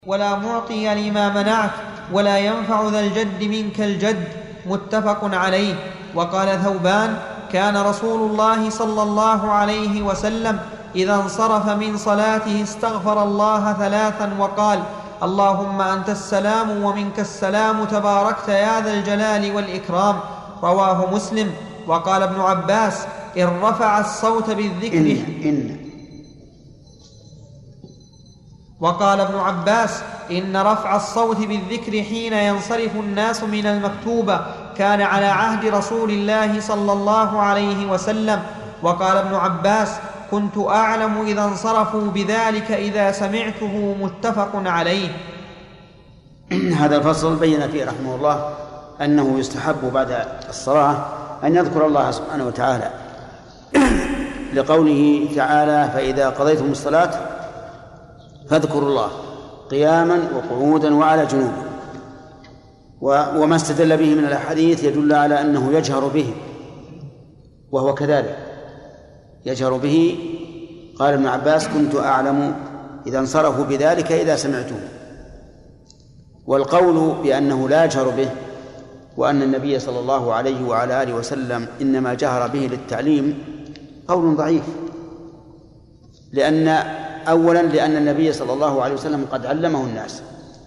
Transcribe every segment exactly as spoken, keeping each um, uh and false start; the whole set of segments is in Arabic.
ولا معطي لما منعت ولا ينفع ذا الجد منك الجد، متفق عليه. وقال ثوبان: كان رسول الله صلى الله عليه وسلم إذا انصرف من صلاته استغفر الله ثلاثا وقال: اللهم أنت السلام ومنك السلام تباركت يا ذا الجلال والإكرام. رواه مسلم. وقال ابن عباس: إن رفع الصوت بالذكر إن إن وقال ابن عباس: إن رفع الصوت بالذكر حين ينصرف الناس من المكتوبة كان على عهد رسول الله صلى الله عليه وسلم. وقال ابن عباس: كنت أعلم إذا انصرفوا بذلك إذا سمعته، متفق عليه. هذا الفصل بين فيه رحمه الله أنه يستحب بعد الصلاة أن يذكر الله سبحانه وتعالى لقوله تعالى: فإذا قضيتم الصلاة فاذكروا الله قياما وقعودا وعلى جنوبه. وما استدل به من الأحاديث يدل على أنه يجهر به، وهو كذلك يجهر به. قال ابن عباس: كنت أعلم إذا انصرفوا بذلك إذا سمعته. والقول بأنه لا يجهر به وأن النبي صلى الله عليه وعلى آله وسلم إنما جهر به للتعليم قول ضعيف، لأن أولا لأن النبي صلى الله عليه وسلم قد علمه الناس،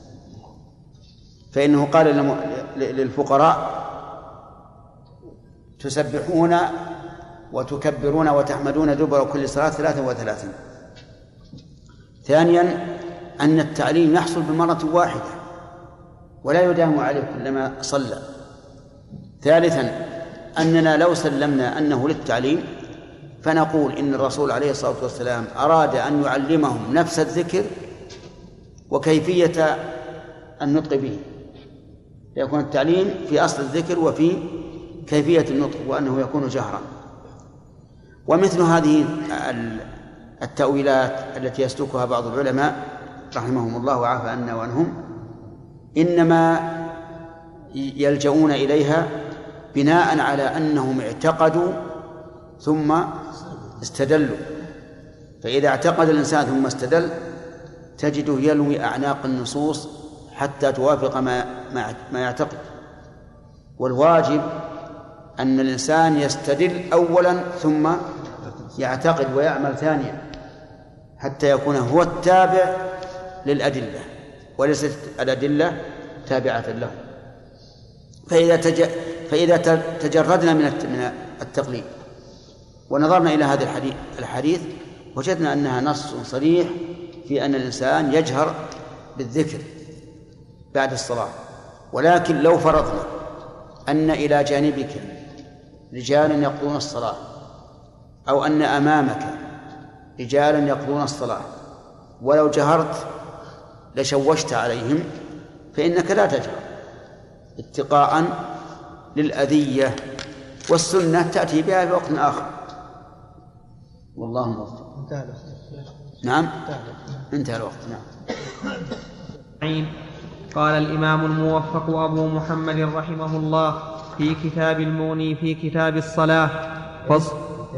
فإنه قال للفقراء: تسبحون وتكبرون وتحمدون دبر كل صلاة ثلاثة وثلاثين. ثانيا أن التعليم يحصل بمرة واحدة ولا يدام عليه كلما صلى. ثالثا أننا لو سلمنا أنه للتعليم فنقول إن الرسول عليه الصلاة والسلام أراد أن يعلمهم نفس الذكر وكيفية النطق به، يكون التعليم في أصل الذكر وفي كيفية النطق، وأنه يكون جهرا. ومثل هذه التأويلات التي يسلكها بعض العلماء رحمهم الله وعافى عنا وعنهم إنما يلجؤون إليها بناء على أنهم اعتقدوا ثم استدلوا. فإذا اعتقد الإنسان ثم استدل تجده يلوي أعناق النصوص حتى توافق ما ما يعتقد. والواجب أن الإنسان يستدل أولا ثم يعتقد ويعمل ثانيا حتى يكون هو التابع للأدلة وليست الأدلة تابعة له. فإذا تج... فإذا تجردنا من التقليد ونظرنا إلى هذا الحديث الحديث وجدنا أنها نص صريح في أن الإنسان يجهر بالذكر بعد الصلاة. ولكن لو فرضنا أن إلى جانبك رجال يقضون الصلاة أو أن أمامك رجالا يقضون الصلاة ولو جهرت لشوشت عليهم فإنك لا تجهر اتقاء للأذية، والسنة تأتي بها في وقت آخر. والله موفق. نعم انتهى الوقت. نعم. قال الإمام الموفق أبو محمد رحمه الله في كتاب المغني في كتاب الصلاة فصل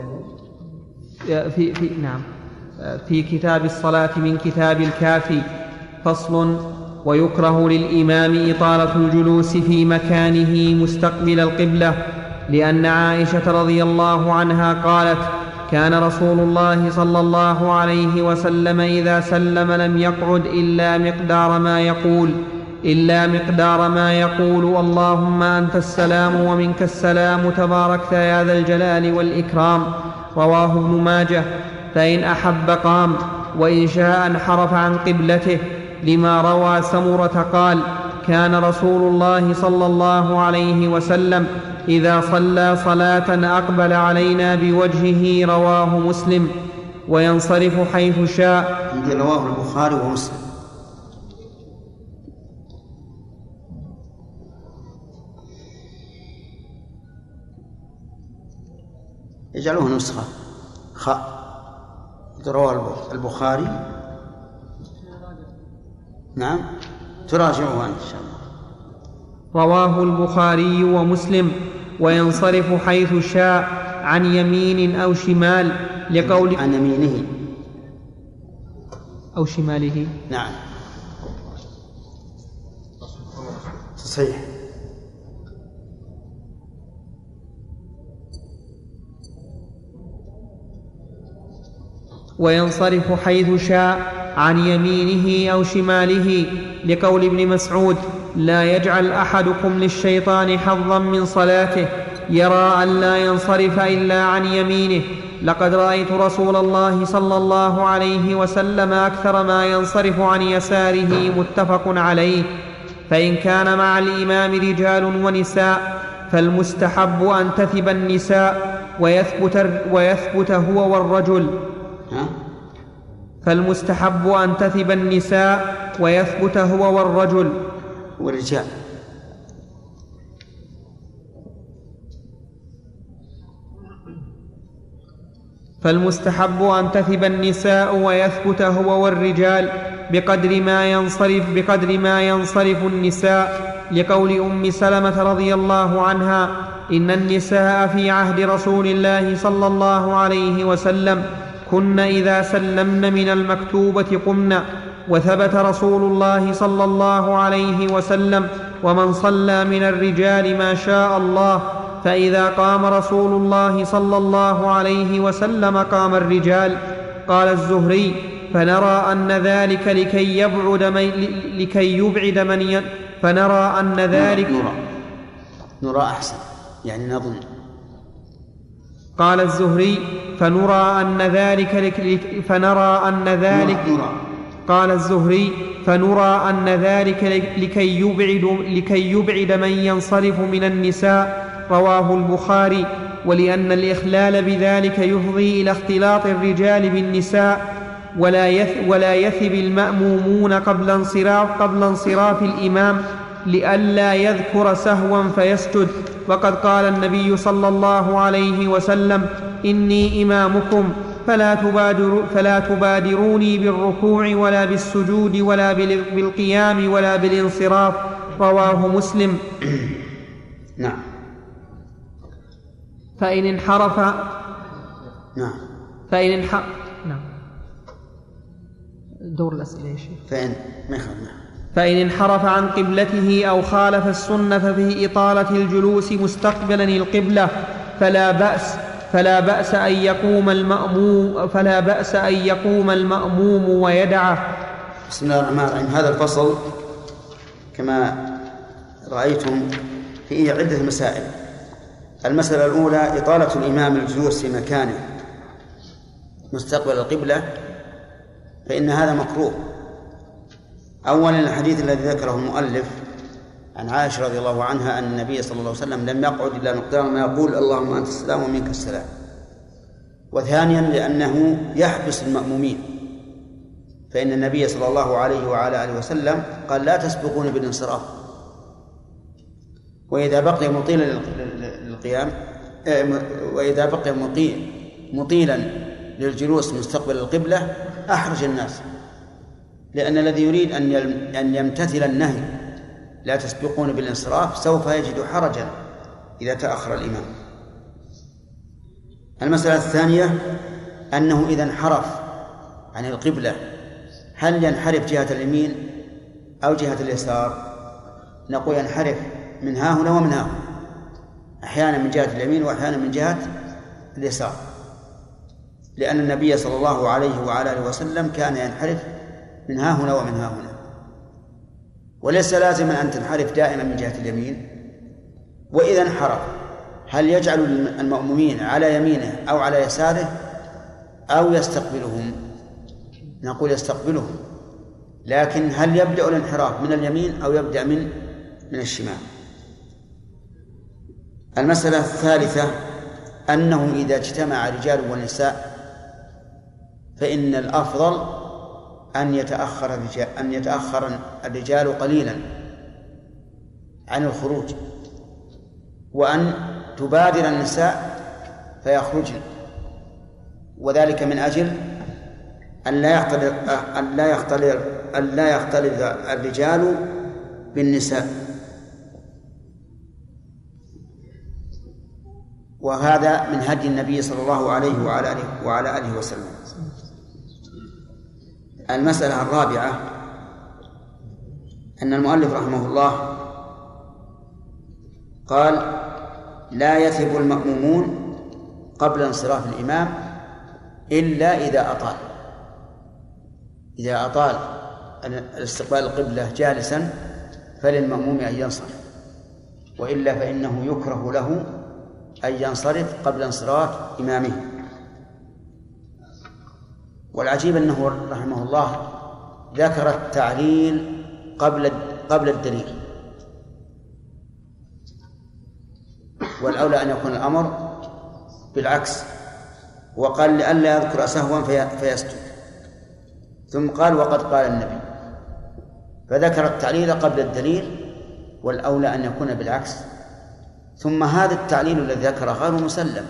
في, في نعم في كتاب الصلاة من كتاب الكافي فصل: ويكره للإمام إطالة الجلوس في مكانه مستقبل القبلة، لأن عائشة رضي الله عنها قالت: كان رسول الله صلى الله عليه وسلم إذا سلم لم يقعد إلا مقدار ما يقول إلا مقدار ما يقول اللهم أنت السلام ومنك السلام تباركت يا ذا الجلال والإكرام. رواه ابن ماجه. فإن أحب قام، وإن شاء انحرف عن قبلته، لما روى سمرة قال: كان رسول الله صلى الله عليه وسلم إذا صلى صلاة أقبل علينا بوجهه. رواه مسلم. وينصرف حيث شاء. رواه البخاري ومسلم. يجعلوه نسخة خاء. رواه البخاري. نعم تراجعوها إن شاء الله. رواه البخاري ومسلم. وينصرف حيث شاء عن يمين أو شمال، لقول عن يمينه أو شماله. نعم. صحيح. وينصرف حيث شاء عن يمينه أو شماله، لقول ابن مسعود: لا يجعل أحدكم للشيطان حظا من صلاته، يرى أن لا ينصرف إلا عن يمينه. لقد رأيت رسول الله صلى الله عليه وسلم أكثر ما ينصرف عن يساره، متفق عليه. فإن كان مع الإمام رجال ونساء فالمستحب أن تثب النساء ويثبت, ويثبت هو والرجل فالمستحب أن تثب النساء ويثبت هو والرجل والرجال. فالمستحب أن تثب النساء ويثبت هو والرجال بقدر ما ينصرف بقدر ما ينصرف النساء، لقول أم سلمة رضي الله عنها: إن النساء في عهد رسول الله صلى الله عليه وسلم كن إذا سلمن من المكتوبة قمن. وثبت رسول الله صلى الله عليه وسلم: ومن صلى من الرجال ما شاء الله، فإذا قام رسول الله صلى الله عليه وسلم قام الرجال. قال الزهري: فنرى أن ذلك لكي يبعد من لكي يبعد من ي... فنرى أن ذلك نرى نرى أحسن يعني نظن. قال الزهري: فنرى أن ذلك لك... فنرى أن ذلك نرى. قال الزهري: فنرى أن ذلك لكي يبعد لكي يبعد من ينصرف من النساء. رواه البخاري. ولأن الإخلال بذلك يفضي إلى اختلاط الرجال بالنساء، ولا يث ولا يثب المأمومون قبل انصراف قبل انصراف الإمام لئلا يذكر سهوا فيسجد. وقد قال النبي صلى الله عليه وسلم: إني إمامكم فلا, تبادر فلا تبادروني بالركوع ولا بالسجود ولا بالقيام ولا بالانصراف. رواه مسلم. نعم. فإن انحرف نعم فإن انحرف نعم دور الأسئلة يا شيخ. فإن ما يخالف فإن انحرف عن قبلته أو خالف السنة في إطالة الجلوس مستقبلا القبلة فلا بأس فلا بأس أن يقوم المأموم فلا بأس أن يقوم المأموم ويدعه. بسم الله الرحمن الرحيم. هذا الفصل كما رأيتم فيه عدة مسائل. المسألة الأولى: إطالة الإمام الجلوس في مكانه مستقبل القبلة، فإن هذا مكروه. أولا الحديث الذي ذكره المؤلف عن عائشة رضي الله عنها أن النبي صلى الله عليه وسلم لم يقعد إلا مقدار ما يقول: اللهم أنت السلام ومنك السلام. وثانيا لأنه يحبس المأمومين، فإن النبي صلى الله عليه وعلى آله وسلم قال: لا تسبقون بالانصراف. وإذا بقي مطيلا للقيام وإذا بقي مطيلا للجلوس مستقبل القبلة أحرج الناس، لأن الذي يريد أن يمتثل النهي لا تسبقون بالانصراف سوف يجد حرجا إذا تأخر الإمام. المسألة الثانية أنه إذا انحرف عن القبلة هل ينحرف جهة اليمين أو جهة اليسار؟ نقول ينحرف من ها هنا ومن ها هنا، أحيانا من جهة اليمين وأحيانا من جهة اليسار، لأن النبي صلى الله عليه وعلى آله وسلم كان ينحرف من ها هنا ومن ها هنا. وليس لازما أن تنحرف دائما من جهة اليمين. وإذا انحرف هل يجعل المأمومين على يمينه أو على يساره أو يستقبلهم؟ نقول يستقبلهم، لكن هل يبدأ الانحراف من اليمين أو يبدأ من من الشمال؟ المسألة الثالثة أنه إذا اجتمع رجال ونساء فإن الأفضل أن يتأخر الرجال أن يتأخر الرجال قليلا عن الخروج، وأن تبادر النساء فيخرجن، وذلك من أجل أن لا يختلط أن لا يختلط أن لا يختلط الرجال بالنساء. وهذا من هدي النبي صلى الله عليه وعلى آله وعلى آله وسلم. المسألة الرابعة أن المؤلف رحمه الله قال لا يثب المأمومون قبل انصراف الإمام إلا إذا أطال إذا أطال الاستقبال القبلة جالسا فللمأموم أن ينصرف، وإلا فإنه يكره له أن ينصرف قبل انصراف إمامه. والعجيب أنه رحمه الله ذكر التعليل قبل قبل الدليل، والأولى أن يكون الأمر بالعكس، وقال لئلا يذكر سهوا فيسجد، ثم قال وقد قال النبي، فذكر التعليل قبل الدليل، والأولى أن يكون بالعكس. ثم هذا التعليل الذي ذكره غير مسلم،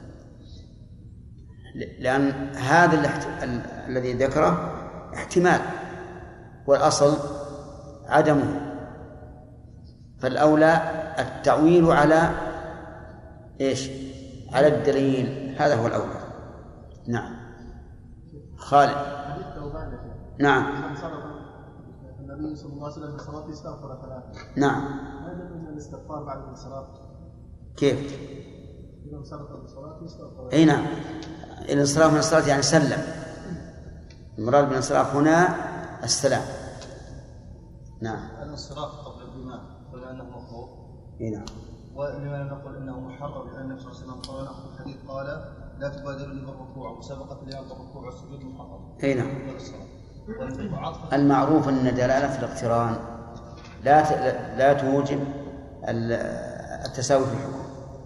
لأن هذا الاحت... ال... الذي ذكره احتمال والأصل عدمه، فالأولى التعويل على إيش؟ على الدليل، هذا هو الأولى. نعم. خالد. نعم. النبي صلى الله عليه وسلم في الصلاة استغفر ثلاثة. نعم. هذا من الاستغفار بعد الصلاة. كيف؟ إذا انصرف من الصلاة استغفر. أي نعم. الانصراف من الصلاة يعني سلم. المراد بالانصراف هنا السلام. نعم. الانصراف قبل الإمام قلنا أنه مكروه. أي نعم. ولما نقول أنه محرم لأن النبي صلى الله عليه وسلم قال في الحديث قال لا تبادروا لي بالركوع، مسابقة الإمام بالركوع والسجود محرم. أي نعم. المعروف أن دلالة في الاقتران لا لا توجب التساوي في الحكم.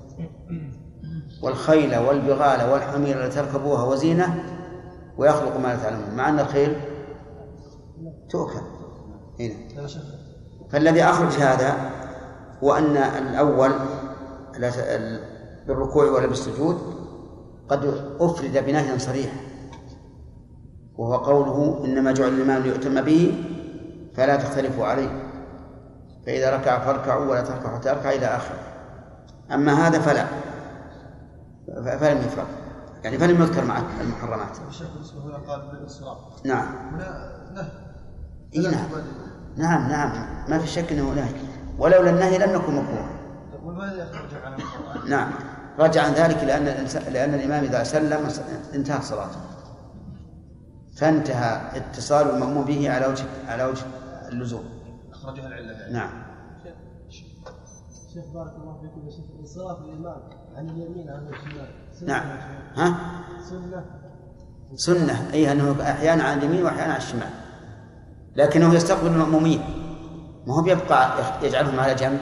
والخيل والبغال والحمير التي تركبوها وزينة ويخلق ما لا تعلمون، مع أن الخيل تؤكل. هنا فالذي أخرج هذا هو أن الأول بالركوع ولا بالسجود قد أفرد بنهي صريح، وهو قوله إنما جعل الإمام ليؤتم به فلا تختلفوا عليه، فإذا ركع فاركعوا ولا تركعوا حتى يركع إلى آخره. أما هذا فلا فلم يفرق، يعني فلم يذكر مع المحرمات. نعم. نعم نعم نعم ما في شك أنه نهي، ولولا النهي لم يكن مكروها. نعم رجع عن ذلك لأن لأن الإمام إذا سلم انتهت صلاته، فانتهى اتصال المأموم به على وجه على وجه اللزوم. أخرجها العلة. نعم. شيخ بارك الله فيكم يا شيخ، انصراف الإمام عن اليمين عن الشمال. نعم. ها؟ سنة. سنة أي أنه أحيانا عن اليمين وأحيانا عن الشمال، لكنه يستقبل المأمومين، ما هو بيبقى يجعلهم على جنب.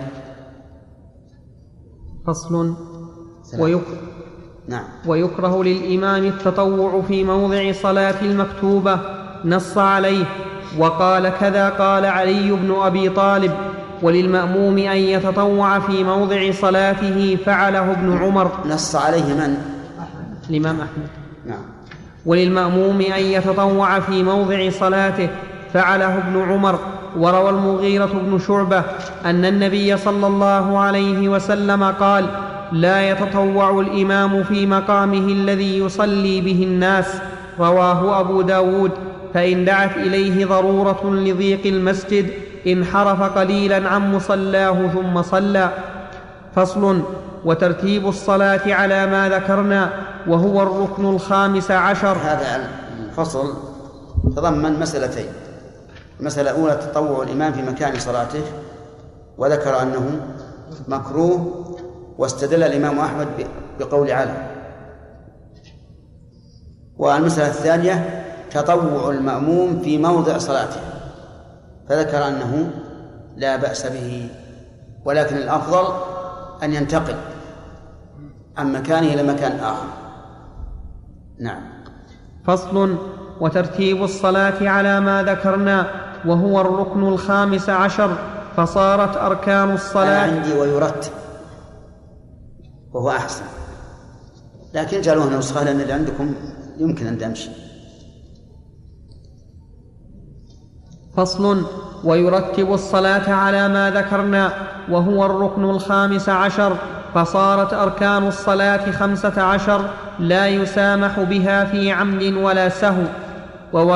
فصل. ويك... نعم. ويكره للإمام التطوع في موضع صلاة المكتوبة، نص عليه وقال كذا قال علي بن أبي طالب. وللمأموم أن يتطوع في موضع صلاته، فعله ابن عمر. نص عليه من؟ الإمام أحمد. نعم. وللمأموم أن يتطوع في موضع صلاته، فعله ابن عمر. وروى المغيرة بن شعبة أن النبي صلى الله عليه وسلم قال لا يتطوع الإمام في مقامه الذي يصلي به الناس، رواه أبو داود. فإن دعت إليه ضرورة لضيق المسجد انحرف قليلا عن مصلاه ثم صلى. فصل. وترتيب الصلاة على ما ذكرنا وهو الركن الخامس عشر. هذا الفصل تضمن مسألتين. المسألة الأولى تطوع الإمام في مكان صلاته، وذكر أنه مكروه، واستدل الإمام أحمد بقول علي. والمسألة الثانية تطوع المأموم في موضع صلاته، فذكر أنه لا بأس به، ولكن الأفضل أن ينتقل عن مكانه إلى مكان آخر. نعم. فصل. وترتيب الصلاة على ما ذكرنا وهو الركن الخامس عشر، فصارت أركان الصلاة. أنا عندي ويرتب وهو أحسن، لكن جعلوه نسخة لأن اللي عندكم يمكن أن تمشي. فصل. ويرتب الصلاة على ما ذكرنا وهو الركن الخامس عشر، فصارت أركان الصلاة خمسة عشر لا يسامح بها في عمد ولا سهو.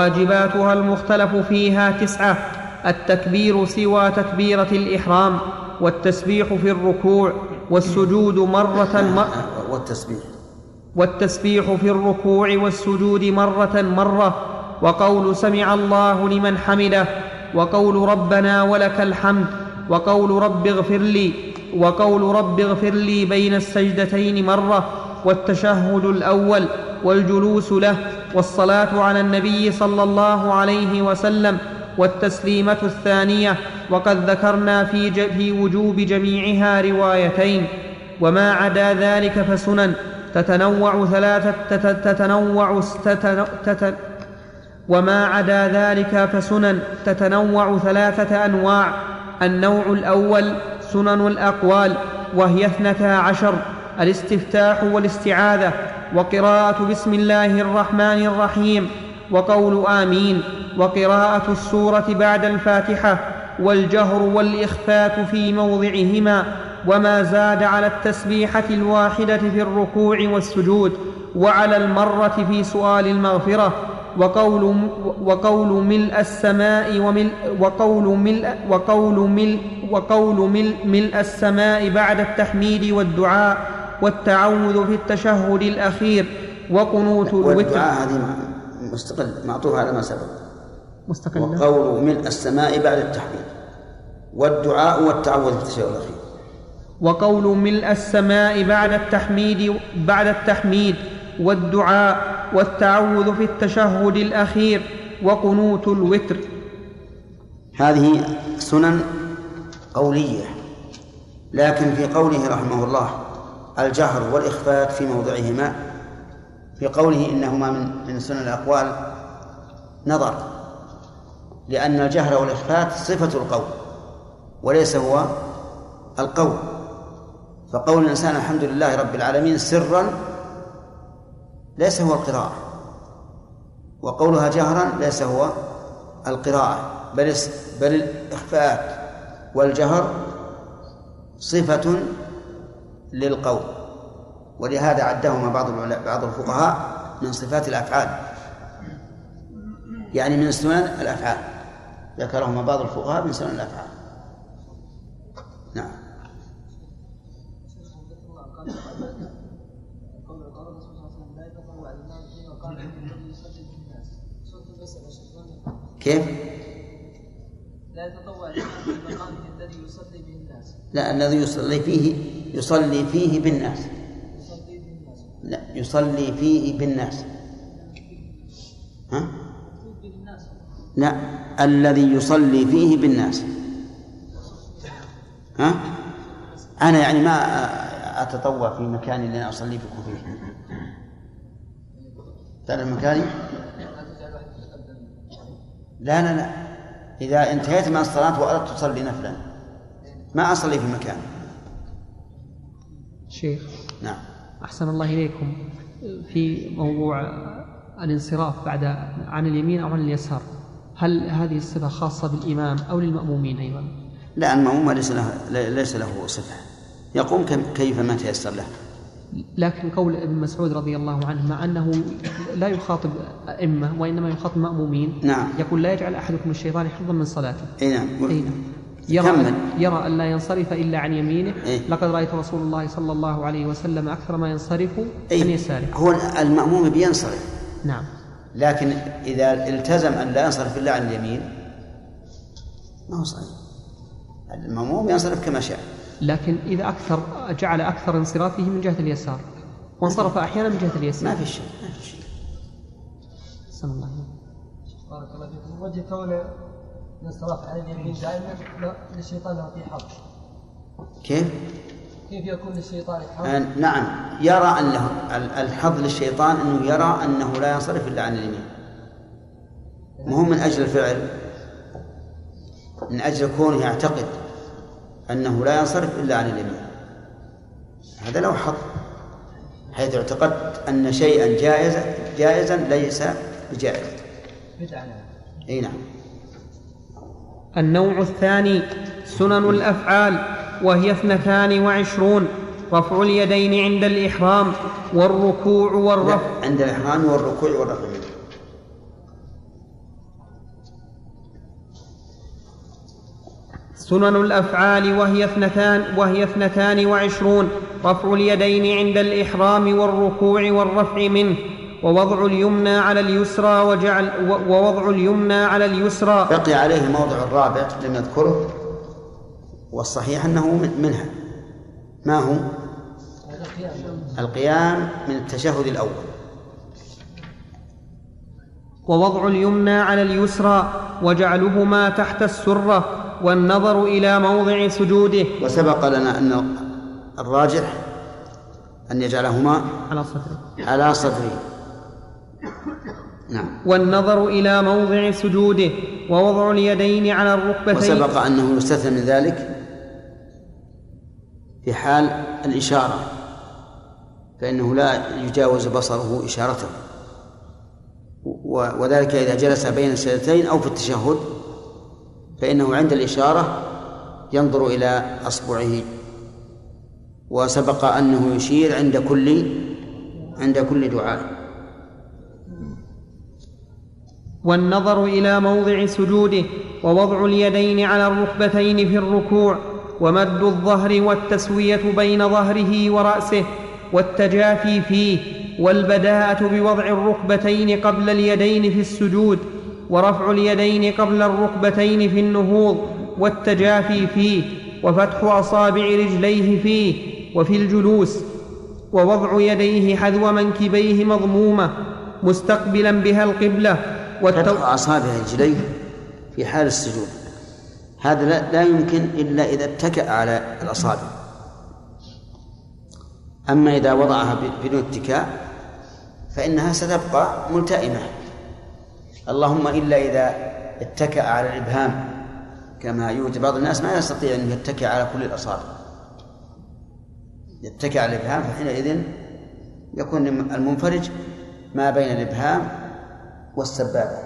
وواجباتها المختلف فيها تسعة: التكبير سوى تكبيرة الإحرام، والتسبيح في الركوع والسجود مرة مرة والتسبيح والتسبيح في الركوع والسجود مرة مرة وقول سمع الله لمن حمده وقول ربنا ولك الحمد وقول رب اغفر لي وقول رب اغفر لي بين السجدتين مرة والتشهد الأول والجلوس له والصلاة على النبي صلى الله عليه وسلم والتسليمة الثانية. وقد ذكرنا في, ج... في وجوب جميعها روايتين. وما عدا ذلك فسنن تتنوع ثلاثة تتنوع تتن... تتن... وما عدا ذلك فسنن تتنوع ثلاثة أنواع. النوع الأول سنن الأقوال وهي اثنتا عشر: الاستفتاح والاستعاذة وقراءة بسم الله الرحمن الرحيم وقول آمين وقراءة السورة بعد الفاتحة والجهر والإخفات في موضعهما وما زاد على التسبيحة الواحدة في الركوع والسجود وعلى المرة في سؤال المغفرة وقول وقول ملء السماء وملء وقول ملء وقول ملء وقول ملء ملء السماء بعد التحميد والدعاء والتعوذ في التشهد الأخير وقنوت الوتر. والدعاء هذه مستقل معطوف على ما سبق مستقل. وقول ملء السماء بعد التحميد والدعاء والتعوذ في التشهد الأخير. وقول ملء السماء بعد التحميد بعد التحميد والدعاء والتعوذ في التشهد الأخير وقنوت الوتر. هذه سنن قولية، لكن في قوله رحمه الله الجهر والإخفات في موضعهما، في قوله إنهما من من سنن الأقوال نظر، لأن الجهر والإخفات صفة القول وليس هو القول. فقول الإنسان الحمد لله رب العالمين سرا ليس هو القراءة، وقولها جهرا ليس هو القراءة، بل بل الإخفاء والجهر صفة للقول، ولهذا عدهما بعض بعض الفقهاء من صفات الأفعال، يعني من سنن الأفعال، ذكرهما بعض الفقهاء من سنن الأفعال. نعم. كيف؟ لا يتطوع في مقامه الذي يصلي به الناس. لا، الذي يصلي فيه يصلي فيه بالناس. لا، يصلي فيه بالناس. ها؟ لا، الذي يصلي فيه بالناس. ها؟ أنا يعني ما أتطوع في مكان اللي أنا أصلي فيه. تعرف مكاني؟ لا لا لا، إذا انتهيت من الصلاة وأردت تصلي نفلا ما أصلي في مكان. شيخ. نعم. أحسن الله إليكم، في موضوع الانصراف بعد عن اليمين أو عن اليسار، هل هذه الصفة خاصة بالإمام أو للمأمومين أيضا؟ لا، المأموم ليس له ليس له صفة، يقوم كيف ما تيسر له. لكن قول ابن مسعود رضي الله عنه مع أنه لا يخاطب أئمة وإنما يخاطب مأمومين، نعم، يقول لا يجعل أحدكم الشيطان حظا من صلاته. أي نعم. أي نعم. يرى أن, يرى أن لا ينصرف إلا عن يمينه. إيه؟ لقد رأيت رسول الله صلى الله عليه وسلم أكثر ما ينصرف إيه؟ عن يساره. هو المأموم بينصرف، نعم، لكن إذا التزم أن لا ينصرف إلا عن اليمين ما هو صحيح، المأموم ينصرف كما شاء. لكن إذا أكثر جعل أكثر انصرافه من جهة اليسار وانصرف أحيانا من جهة اليسار ما في شيء ما في شيء. بسم الله. بارك الله فيكم. وجه كون الانصراف عن اليمين دائما للشيطان يعطيه حظ. كيف؟ كيف يكون للشيطان حظ؟ آه نعم، يرى أنه الحظ للشيطان أنه يرى أنه لا ينصرف إلا عن اليمين، مو من أجل الفعل، من أجل كونه يعتقد أنه لا ينصرف إلا عن اليمين. هذا له حظ، حيث اعتقدت أن شيئا جائزا جائزا ليس بجائز. أي نعم. النوع الثاني سنن الأفعال وهي اثنتان وعشرون: رفع اليدين عند الإحرام والركوع والرفع. عند الإحرام والركوع والرفع. سنن الأفعال وهي اثنتان, وهي اثنتان وعشرون: رفع اليدين عند الإحرام والركوع والرفع منه، ووضع اليمنى على اليسرى وجعل ووضع اليمنى على اليسرى. بقي عليه الموضع الرابع لم يذكره، والصحيح أنه منها. ما هو؟ القيام من التشهد الأول. ووضع اليمنى على اليسرى وجعلهما تحت السرة، والنظر إلى موضع سجوده. وسبق لنا أن الراجح أن يجعلهما على صدره على صدره. نعم. والنظر إلى موضع سجوده، ووضع اليدين على الركبتين. وسبق أنه يستثنى من ذلك في حال الإشارة، فإنه لا يجاوز بصره إشارته، وذلك إذا جلس بين السجدتين أو في التشهد، فإنه عند الإشارة ينظر إلى أصبعه. وسبق أنه يشير عند كل عند كل دعاء. والنظر إلى موضع سجوده، ووضع اليدين على الركبتين في الركوع، ومد الظهر والتسوية بين ظهره ورأسه، والتجافي فيه، والبداءة بوضع الركبتين قبل اليدين في السجود، ورفع اليدين قبل الركبتين في النهوض، والتجافي فيه، وفتح أصابع رجليه فيه وفي الجلوس، ووضع يديه حذو منكبيه مضمومة مستقبلا بها القبلة. فتح أصابع رجليه في حال السجود هذا لا يمكن إلا إذا اتكأ على الأصابع، أما إذا وضعها بدون اتكاء فإنها ستبقى ملتئمة، اللهم إلا إذا اتكأ على الإبهام، كما يوجد بعض الناس ما يستطيع أن يتكئ على كل الأصابع، يتكئ على الإبهام، فحينئذ يكون المنفرج ما بين الإبهام والسبابة.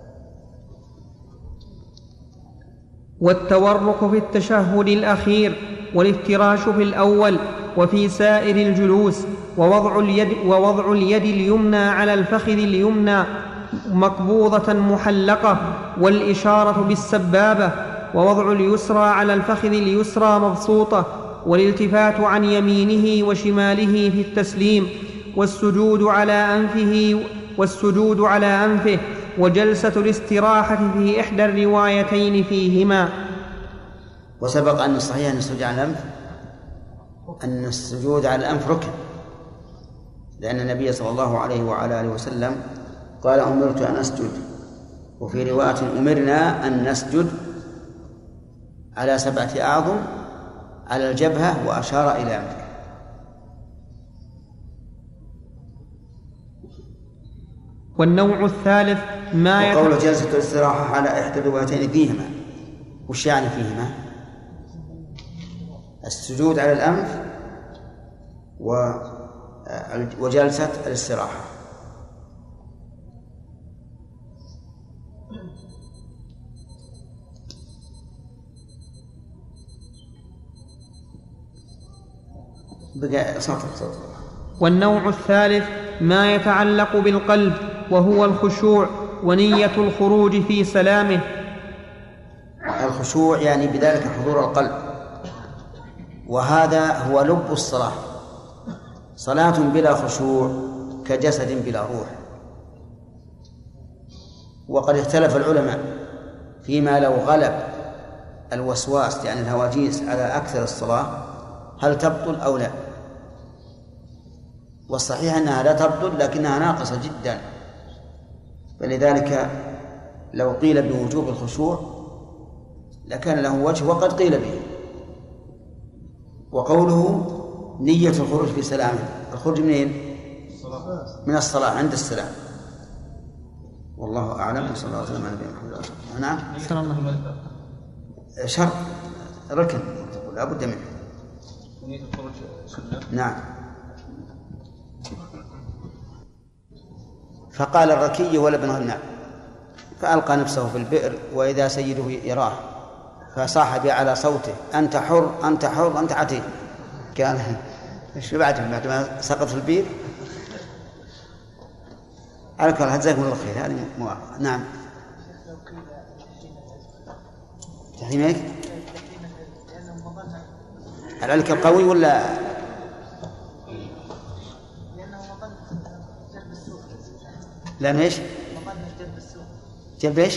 والتورك في التشهد الأخير، والافتراش في الأول، وفي سائر الجلوس، ووضع اليد, ووضع اليد اليمنى على الفخذ اليمنى مقبوضة محلقة، والإشارة بالسبابة، ووضع اليسرى على الفخذ اليسرى مبسوطة، والالتفات عن يمينه وشماله في التسليم، والسجود على أنفه والسجود على أنفه وجلسة الاستراحة في إحدى الروايتين فيهما. وسبق أن الصحيح أن السجود على الأنف أن السجود على الأنف ركن، لأن النبي صلى الله عليه وعلى آله وسلم قال أمرت أن أسجد، وفي رواية أمرنا أن نسجد على سبعة أعظم على الجبهة، وأشار إلى أنفه. والنوع الثالث ما وقول جلسة الاستراحة على إحدى الروايتين فيهما، وش يعني فيهما؟ السجود على الأنف وجلسة الاستراحة. بقى سطر سطر. والنوع الثالث ما يتعلق بالقلب، وهو الخشوع ونية الخروج في سلامه. الخشوع يعني بذلك حضور القلب، وهذا هو لب الصلاة. صلاة بلا خشوع كجسد بلا روح. وقد اختلف العلماء فيما لو غلب الوسواس يعني الهواجيس على أكثر الصلاة هل تبطل أو لا. والصحيح أنها لا تبطل، لكنها ناقصة جدا، فلذلك لو قيل بوجوب الخشوع لكان له وجه، وقد قيل به. وقوله نية الخروج في سلامه، الخروج منين؟ من الصلاة عند السلام. والله أعلم. صلى الله عليه وسلم على نبينا محمد. نعم. شرط ركن لا بد منه. نية الخروج سنة. نعم. فقال الركي ولا ابن غنام، فألقى نفسه في البئر وإذا سيده يراه فصاح به على صوته أنت حر أنت حر أنت عتيق. كان ايش بعد بعد ما سقط في البئر؟ على كل حال جزاكم الله خير. هذه موافقة. نعم. تحريم ايش؟ العلك القوي ولا لأن إيش جلب إيش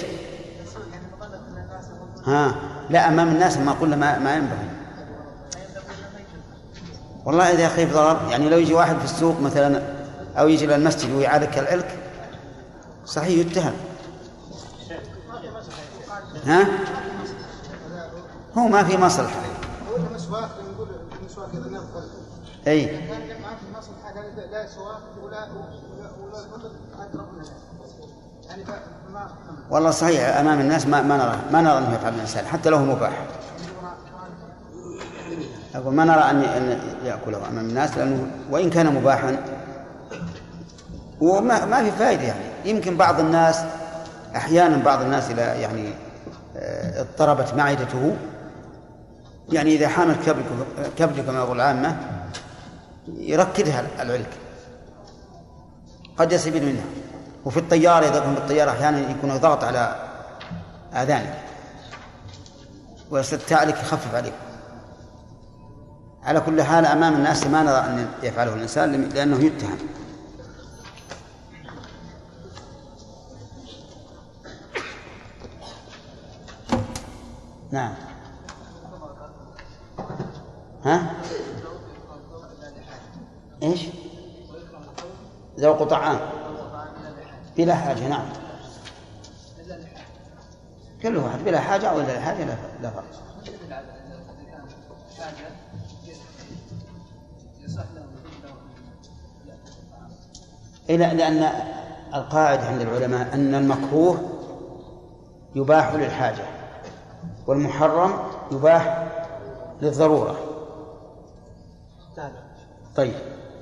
ها لا أمام الناس ما قلنا ما, ما ينبغي والله إذا يخيف ضرر يعني لو يجي واحد في السوق مثلا أو يجي إلى المسجد ويعارك العلك صحيح يتهم ها هو ما في مصلحة أي والله صحيح أمام الناس ما ما نرى ما نرى أنه يفعل الإنسان حتى لو مباح أقول ما نرى أن يأكله أمام الناس لأنه وإن كان مباحا وما ما في فائدة يعني يمكن بعض الناس أحيانا بعض الناس إلى يعني اضطربت معدته يعني إذا حامل كبد كبد كما يقول العامة يركدها العلك قد يستفيد منها. وفي الطيارة إذا كنت بالطيارة أحيانا يكون ضغط على آذانك ويستطيع لك يخفف عليك. على كل حال أمام الناس ما نرى أن يفعله الإنسان لأنه يتهم. نعم ها إيش ذوق طعام بلا حاجة. نعم كل واحد بلا حاجة ولا حاجة لا فرق. إلا لأن القاعدة عند العلماء أن المكروه يباح للحاجة والمحرم يباح للضرورة. طيب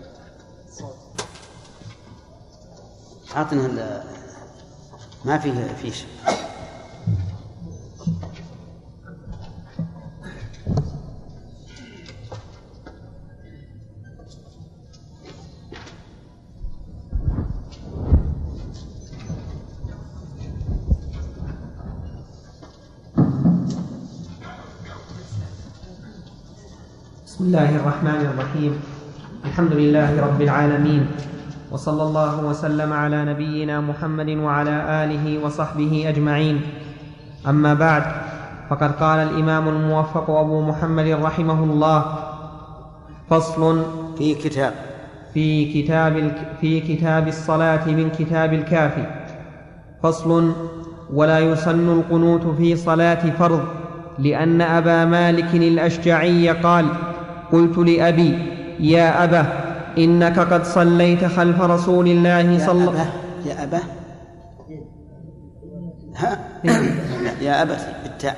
عطنا ما فيه فيش بسم الله الرحمن الرحيم. الحمد لله رب العالمين وصلى الله وسلم على نبينا محمد وعلى آله وصحبه أجمعين. أما بعد فقد قال الإمام الموفق أبو محمد رحمه الله فصل في كتاب في كتاب في كتاب الصلاة من كتاب الكافي. فصل ولا يسن القنوت في صلاة فرض لأن أبا مالك الأشجعي قال قلت لأبي يا أبا إنك قد صليت خلف رسول الله صلى الله عليه وسلم. يا أبا ها يا أبتي بالتاء.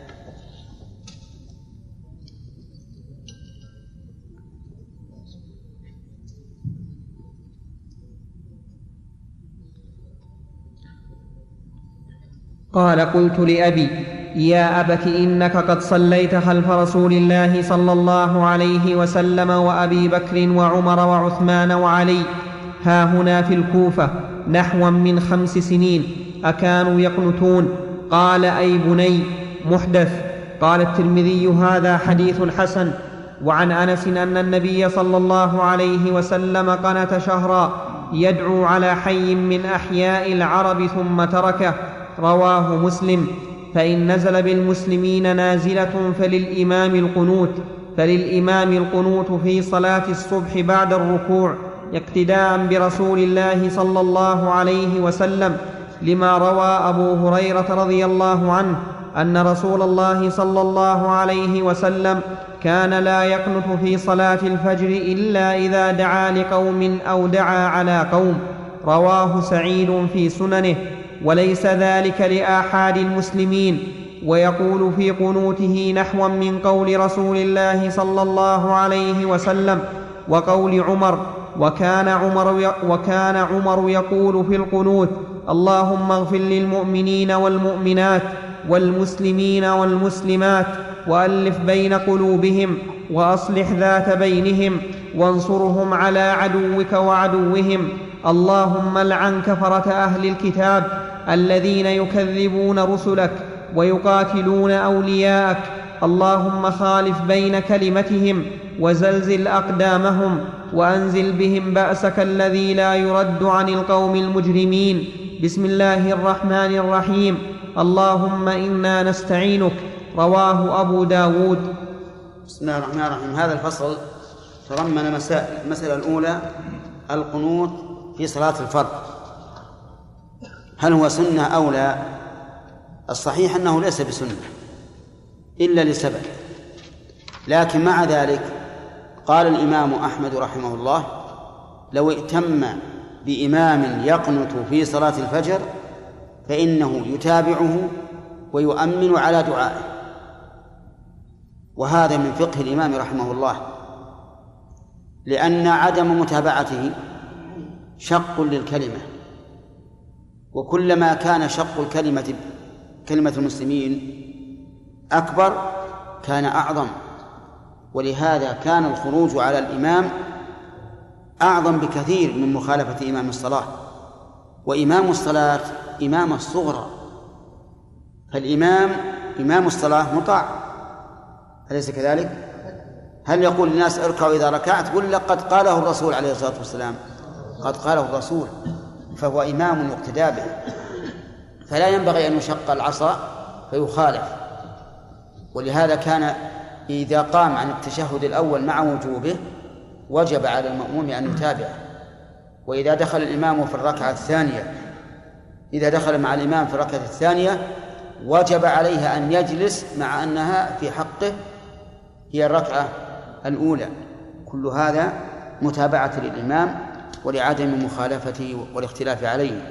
قال قلت لأبي يا أبت إنك قد صليت خلف رسول الله صلى الله عليه وسلم وأبي بكر وعمر وعثمان وعلي ها هنا في الكوفة نحوا من خمس سنين أكانوا يقنتون؟ قال أي بني محدث. قال الترمذي هذا حديث حسن. وعن أنس أن النبي صلى الله عليه وسلم قنت شهرا يدعو على حي من أحياء العرب ثم تركه. رواه مسلم. فإن نزل بالمسلمين نازلة فللإمام القنوت فللإمام القنوت في صلاة الصبح بعد الركوع اقتداء برسول الله صلى الله عليه وسلم لما روى أبو هريرة رضي الله عنه أن رسول الله صلى الله عليه وسلم كان لا يقنت في صلاة الفجر إلا إذا دعا لقوم أو دعا على قوم. رواه سعيد في سننه. وليس ذلك لآحاد المسلمين. ويقول في قنوته نحوا من قول رسول الله صلى الله عليه وسلم وقول عمر. وكان عمر, وكان عمر يقول في القنوت اللهم اغفر للمؤمنين والمؤمنات والمسلمين والمسلمات وألف بين قلوبهم وأصلح ذات بينهم وانصرهم على عدوك وعدوهم. اللهم لعن كفرة أهل الكتاب الذين يكذبون رسلك ويقاتلون أولياءك اللهم خالف بين كلمتهم وزلزل أقدامهم وأنزل بهم بأسك الذي لا يرد عن القوم المجرمين. بسم الله الرحمن الرحيم. اللهم إنا نستعينك. رواه أبو داود. بسم الله الرحمن الرحيم. هذا الفصل تضمن مسائل. المسألة الأولى القنوت في صلاة الفرض، هل هو سنة أو لا؟ الصحيح أنه ليس بسنة إلا لسبب، لكن مع ذلك قال الإمام أحمد رحمه الله لو ائتم بإمام يقنت في صلاة الفجر فإنه يتابعه ويؤمن على دعائه، وهذا من فقه الإمام رحمه الله، لأن عدم متابعته شق للكلمة، وكلما كان شق الكلمة كلمة المسلمين أكبر كان أعظم، ولهذا كان الخروج على الإمام أعظم بكثير من مخالفة إمام الصلاة. وإمام الصلاة إمام الصغرى، فالإمام إمام الصلاة مطاع، أليس كذلك؟ هل يقول للناس اركعوا إذا ركعت؟ قل لقد قاله الرسول عليه الصلاة والسلام، قد قاله الرسول، فهو إمام يقتدى به، فلا ينبغي أن يشق العصا فيخالف. ولهذا كان إذا قام عن التشهد الأول مع وجوبه وجب على المأموم أن يتابعه، وإذا دخل الإمام في الركعة الثانية إذا دخل مع الإمام في الركعة الثانية وجب عليه أن يجلس مع أنها في حقه هي الركعة الأولى. كل هذا متابعة للإمام ولعدم مخالفته والاختلاف عليه.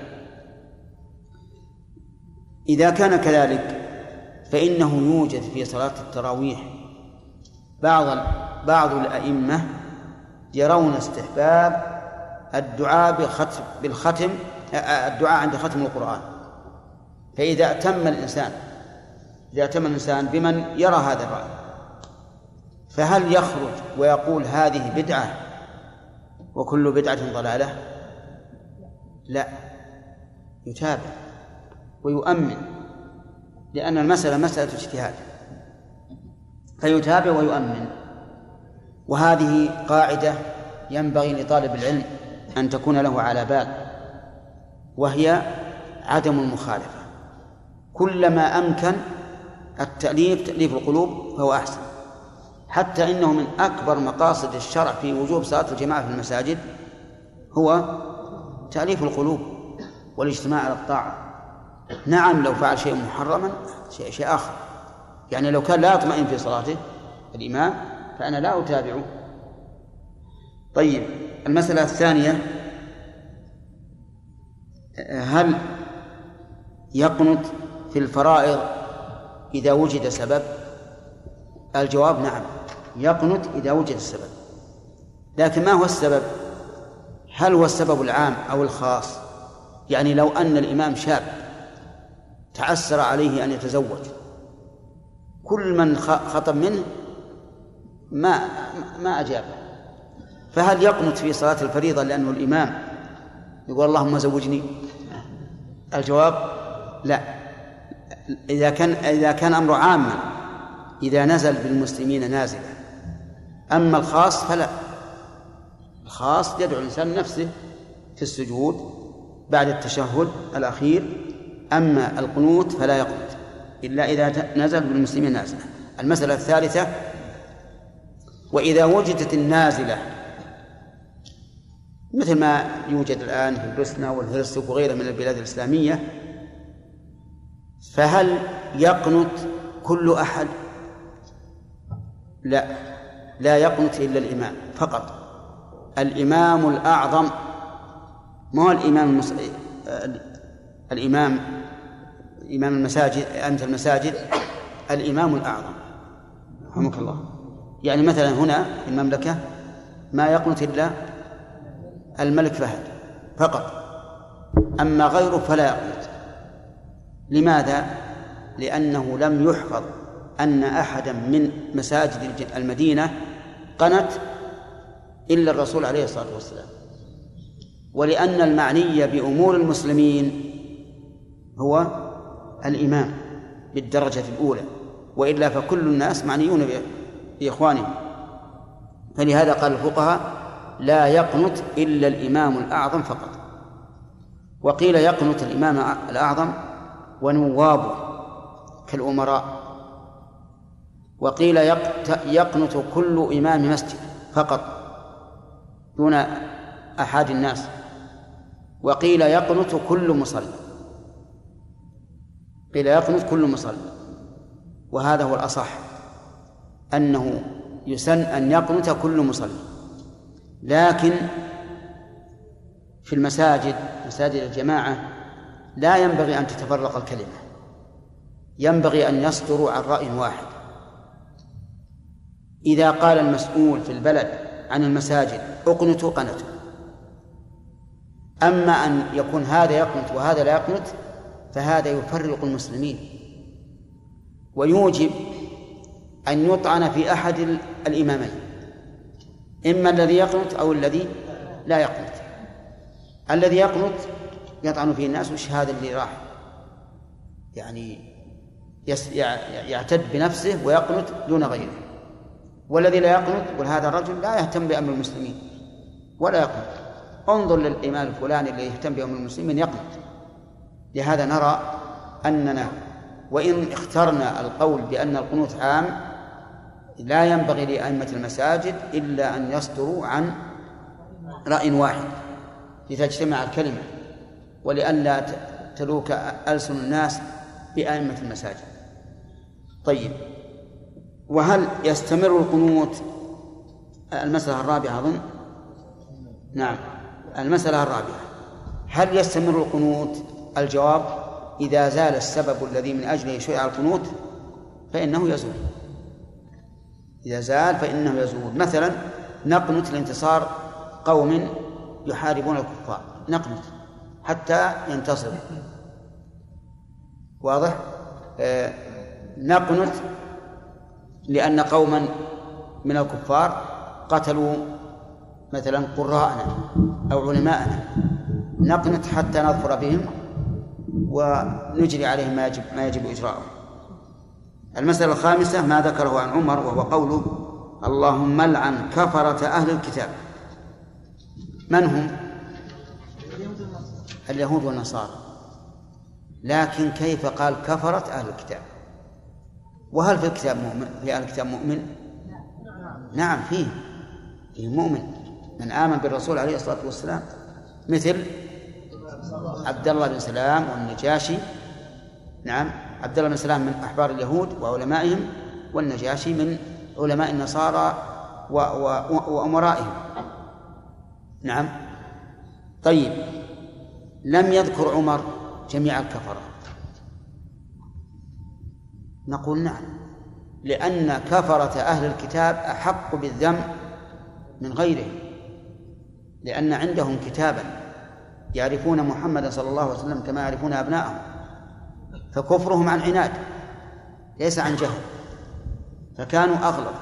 إذا كان كذلك فإنه يوجد في صلاة التراويح بعض بعض الأئمة يرون استحباب الدعاء بختم بالختم الدعاء عند ختم القرآن. فإذا أتم الإنسان إذا أتم الإنسان بمن يرى هذا الرأي، فهل يخرج ويقول هذه بدعة وكل بدعة ضلالة؟ لا، يتابع ويؤمن، لأن المسألة مسألة اجتهاد، فيتابع ويؤمن. وهذه قاعدة ينبغي لطالب العلم أن تكون له على بال، وهي عدم المخالفة. كلما أمكن التأليف تأليف القلوب فهو أحسن، حتى إنه من أكبر مقاصد الشرع في وجوب صلاة الجماعة في المساجد هو تأليف القلوب والاجتماع على الطاعة. نعم، لو فعل شيء محرما شيء, شيء آخر، يعني لو كان لا يطمئن في صلاته الإمام فأنا لا أتابعه. طيب، المسألة الثانية، هل يقنت في الفرائض إذا وجد سبب؟ الجواب نعم، يقنت إذا وجد السبب. لكن ما هو السبب؟ هل هو السبب العام أو الخاص؟ يعني لو أن الإمام شاب تعسر عليه أن يتزوج، كل من خطب منه ما ما أجابه، فهل يقنت في صلاة الفريضة لأنه الإمام يقول اللهم زوجني؟ الجواب لا. إذا كان إذا كان أمر عاما، إذا نزل بالمسلمين نازلا. أما الخاص فلا، الخاص يدعو الإنسان نفسه في السجود بعد التشهد الأخير. أما القنوت فلا يقنت إلا إذا نزل بالمسلمين نازلا. المسألة الثالثة، وإذا وجدت النازلة مثل ما يوجد الآن في البوسنة والهرسك وغيرها من البلاد الإسلامية، فهل يقنت كل أحد؟ لا، لا يقنت إلا الإمام فقط. الإمام الأعظم، ما هو الإمام المس... الإمام إمام المساجد أمثل المساجد، الإمام الأعظم رحمك الله. يعني مثلا هنا في المملكة ما يقنت إلا الملك فهد فقط، أما غيره فلا يقنت. لماذا؟ لأنه لم يحفظ أن أحدا من مساجد المدينة قنت إلا الرسول عليه الصلاة والسلام، ولأن المعني بأمور المسلمين هو الإمام بالدرجة الأولى، وإلا فكل الناس معنيون بإخوانهم. فلهذا قال الفقهاء لا يقنت إلا الإمام الأعظم فقط. وقيل يقنت الإمام الأعظم ونوابه كالأمراء. وقيل يقنت كل إمام مسجد فقط دون أحد الناس. وقيل يقنت كل مصلي قيل يقنت كل مصلي وهذا هو الأصح، أنه يسن أن يقنت كل مصلي. لكن في المساجد مساجد الجماعة لا ينبغي أن تتفرق الكلمة، ينبغي أن يصدروا عن رأي واحد. إذا قال المسؤول في البلد عن المساجد اقنتوا قنتوا. أما أن يكون هذا يقنت وهذا لا يقنت فهذا يفرق المسلمين ويوجب أن يطعن في أحد الإمامين، إما الذي يقنت أو الذي لا يقنت. الذي يقنت يطعن فيه الناس، وش هذا اللي راح يعني يعتد بنفسه ويقنت دون غيره. والذي لا يقنت يقول هذا الرجل لا يهتم بأمر المسلمين ولا يقنت، انظر للإمام الفلاني الذي يهتم بأمر المسلمين يقنت. لهذا نرى أننا وإن اخترنا القول بأن القنوت عام لا ينبغي لأئمة المساجد إلا أن يصدروا عن رأي واحد لتجتمع الكلمة ولئلا تلوك ألسن الناس بأئمة المساجد. طيب، وهل يستمر القنوت؟ المسألة الرابعة أظن. نعم، المسألة الرابعة، هل يستمر القنوت؟ الجواب: إذا زال السبب الذي من أجله شرع القنوت فإنه يزول. إذا زال فإنه يزول. مثلا نقنت لانتصار قوم يحاربون الكفار، نقنت حتى ينتصروا، واضح؟ آه نقنت لأن قوما من الكفار قتلوا مثلا قراءنا أو علماءنا، نقنت حتى نظفر بهم ونجري عليهم ما يجب, ما يجب إجراءه. المسألة الخامسة ما ذكره عن عمر وهو قوله: اللهم لعن كفرة أهل الكتاب. من هم؟ اليهود والنصارى. لكن كيف قال كفرة أهل الكتاب؟ وهل في الكتاب مؤمن؟ في أهل الكتاب مؤمن؟ نعم، فيه فيه مؤمن من آمن بالرسول عليه الصلاة والسلام، مثل عبد الله بن سلام والنجاشي. نعم، عبد الله بن سلام من أحبار اليهود وعلمائهم، والنجاشي من علماء النصارى وأمرائهم. نعم. طيب، لم يذكر عمر جميع الكفرة. نقول نعم، لأن كفرة أهل الكتاب أحق بالذم من غيره، لأن عندهم كتابا يعرفون محمد صلى الله عليه وسلم كما يعرفون أبنائهم، فكفرهم عن عناد ليس عن جهل، فكانوا أغلظ.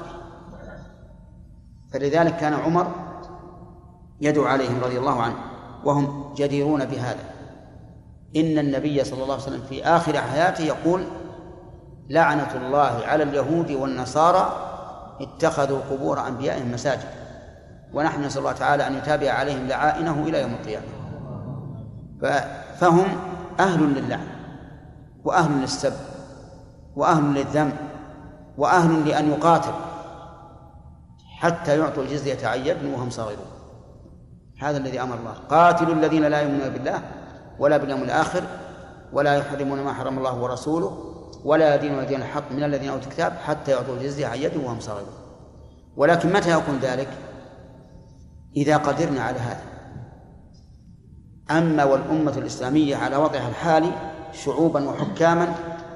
فلذلك كان عمر يدعو عليهم رضي الله عنه وهم جديرون بهذا. إن النبي صلى الله عليه وسلم في آخر حياته يقول: لعنة الله على اليهود والنصارى اتخذوا قبور أنبيائهم مساجد. ونحن نسأل الله تعالى أن يتابع عليهم لعائنه إلى يوم القيامة. فهم أهل للعن وأهل للسب وأهل للذم وأهل لأن يقاتل حتى يعطوا الجزية عن يد وهم صاغرون. هذا الذي أمر الله: قاتلوا الذين لا يؤمنون بالله ولا باليوم الآخر ولا يحرمون ما حرم الله ورسوله ولا يدينون دين الحق من الذين أوتوا الكتاب حتى يعطوا الجزية عن يد وهم صاغرون. ولكن متى يكون ذلك؟ إذا قدرنا على هذا. أما والأمة الإسلامية على وضعها الحالي شعوبا وحكاما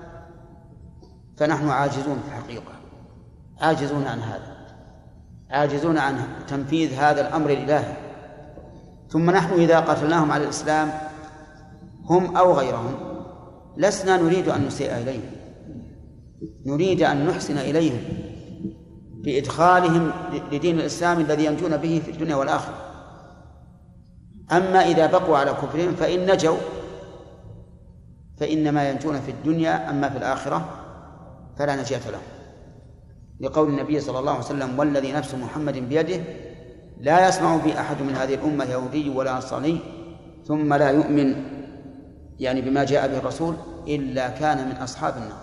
فنحن عاجزون في الحقيقة، عاجزون عن هذا، عاجزون عن تنفيذ هذا الأمر الإلهي. ثم نحن إذا قتلناهم على الإسلام هم أو غيرهم لسنا نريد أن نسيء إليهم، نريد أن نحسن إليهم بإدخالهم لدين الإسلام الذي ينجون به في الدنيا والآخرة. أما إذا بقوا على كفرهم فإن نجوا فإنما ينجون في الدنيا، أما في الآخرة فلا نجاة له، لقول النبي صلى الله عليه وسلم: والذي نفس محمد بيده لا يسمع بي أحد من هذه الأمة يهودي ولا نصراني ثم لا يؤمن يعني بما جاء به الرسول إلا كان من أصحاب النار.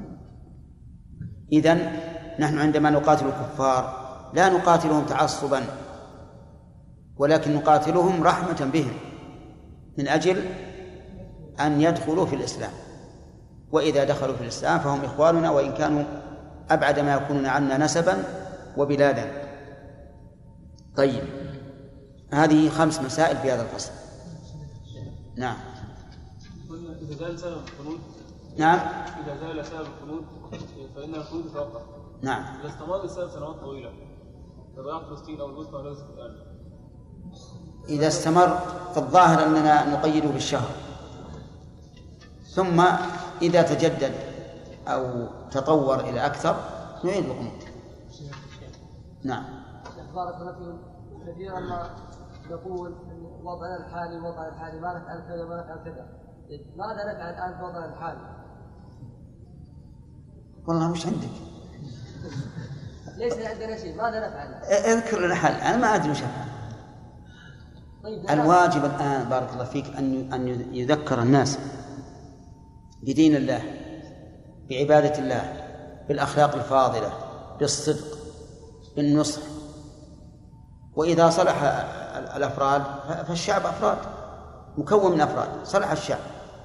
إذن نحن عندما نقاتل الكفار لا نقاتلهم تعصبا، ولكن نقاتلهم رحمة بهم من أجل أن يدخلوا في الإسلام، وإذا دخلوا في الإسلام فهم إخواننا وإن كانوا أبعد ما يكونون عنا نسبا وبلادا. طيب، هذه خمس مسائل في هذا الفصل. نعم. إذا زال سبب القنوت نعم إذا زال سبب القنوت فإن القنوت يتوقف. نعم. إذا استمر السبب سنوات طويلة كضياع فلسطين أو الوسطى وليس الآن. إذا استمر فالظاهر أننا نقيده بالشهر، ثم إذا تجدد أو تطور إلى أكثر نعيد القنوت. نعم. بارك الله فيكم. كثيرا ما نقول وضعنا الحالي وضع الحالي ما نفعل كذا ما نفعل كذا، ماذا نفعل الآن بوضعنا الحالي؟ والله مش عندك؟ ليس عندنا شيء، ماذا نفعل؟ اذكر لنا حل، أنا ما أدري وش أفعل. طيب الواجب الآن بارك الله فيك أن أن يذكر الناس بدين الله، بعبادة الله، بالأخلاق الفاضلة، بالصدق، بالنصح. وإذا صلح الأفراد فالشعب أفراد مكون من أفراد، صلح الشعب.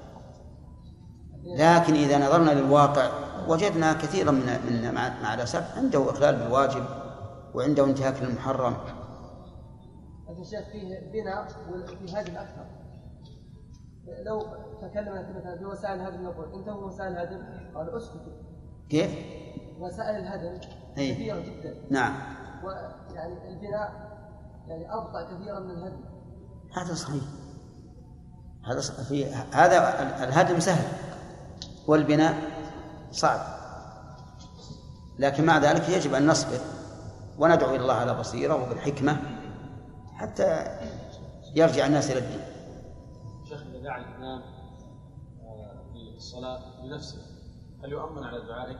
لكن إذا نظرنا للواقع وجدنا كثيرا من من مع الأسف عنده إخلال بالواجب وعنده انتهاك للمحرم. هذا الشيء فيه بناء وفيه هدم أكثر. لو تكلمنا مثلا في وسائل الهدم نقول انتهوا وسائل الهدم قالوا اسكتوا. كيف؟ وسائل الهدم أي. كثيرة جدا. نعم. ويعني البناء يعني أبطأ كثيرا من الهدم. هذا صحيح. هذا صحيح. هذا الهدم سهل والبناء صعب، لكن مع ذلك يجب أن نصبر وندعو إلى الله على بصيرة وبالحكمة حتى يرجع الناس إلى الدين. شيخ، إذا دعا الإمام في الصلاة لنفسه هل يؤمن على دعائه؟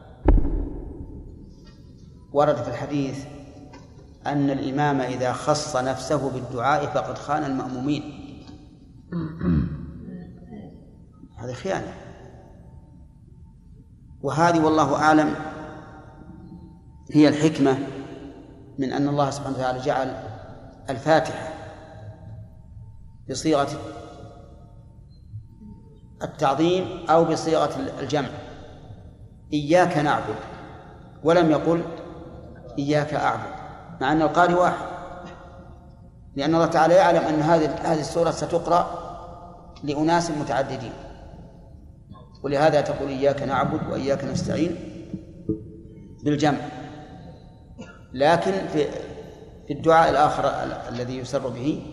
ورد في الحديث أن الإمام إذا خص نفسه بالدعاء فقد خان المأمومين. هذه خيانة، وهذه والله أعلم هي الحكمة من أن الله سبحانه وتعالى جعل الفاتحة بصيغة التعظيم أو بصيغة الجمع، إياك نعبد، ولم يقل إياك أعبد، مع أن القارئ واحد، لأن الله تعالى يعلم أن هذه هذه السورة ستقرأ لأناس متعددين، ولهذا تقول إياك نعبد وإياك نستعين بالجمع. لكن في في الدعاء الآخر الذي يسر به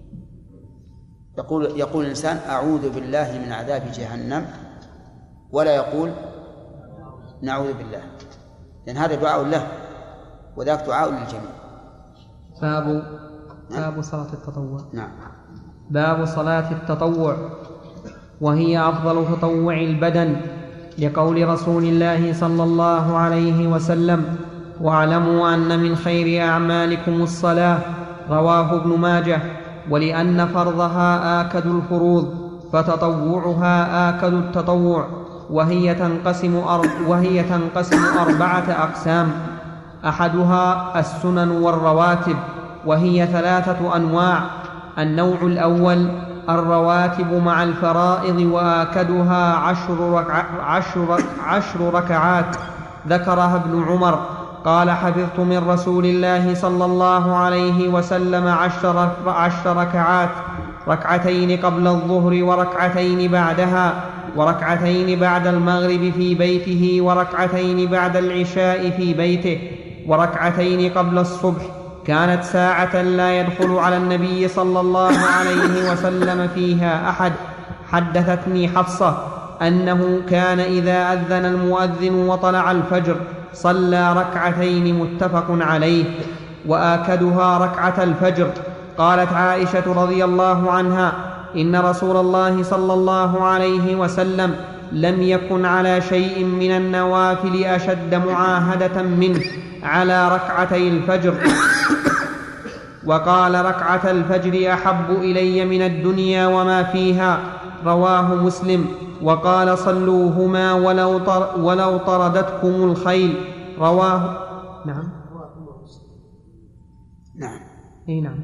يقول يقول الإنسان أعوذ بالله من عذاب جهنم، ولا يقول نعوذ بالله، لأن هذا دعاء له وذاك دعاء للجميع. باب باب صلاة التطوع. نعم. باب صلاة التطوع، وهي أفضل تطوع البدن، لقول رسول الله صلى الله عليه وسلم: واعلموا أن من خير أعمالكم الصلاة، رواه ابن ماجه. ولأن فرضها آكد الفروض فتطوعها آكد التطوع، وهي تنقسم أرب وهي تنقسم أربعة أقسام: أحدها السنن والرواتب، وهي ثلاثة أنواع. النوع الأول الرواتب مع الفرائض، وآكدها عشر, ركع عشر, عشر ركعات، ذكرها ابن عمر قال: حفظت من رسول الله صلى الله عليه وسلم عشر, عشر ركعات، ركعتين قبل الظهر وركعتين بعدها، وركعتين بعد المغرب في بيته، وركعتين بعد العشاء في بيته، وركعتين قبل الصبح. كانت ساعة لا يدخل على النبي صلى الله عليه وسلم فيها أحد. حدثتني حفصة أنه كان إذا أذن المؤذن وطلع الفجر صلى ركعتين، متفق عليه. وآكدها ركعة الفجر. قالت عائشة رضي الله عنها: إن رسول الله صلى الله عليه وسلم لم يكن على شيء من النوافل أشد معاهدة منه على ركعتي الفجر، وقال ركعة الفجر أحب إلي من الدنيا وما فيها، رواه مسلم. وقال صلوهما ولو, طر ولو طردتكم الخيل، رواه نعم نعم اي نعم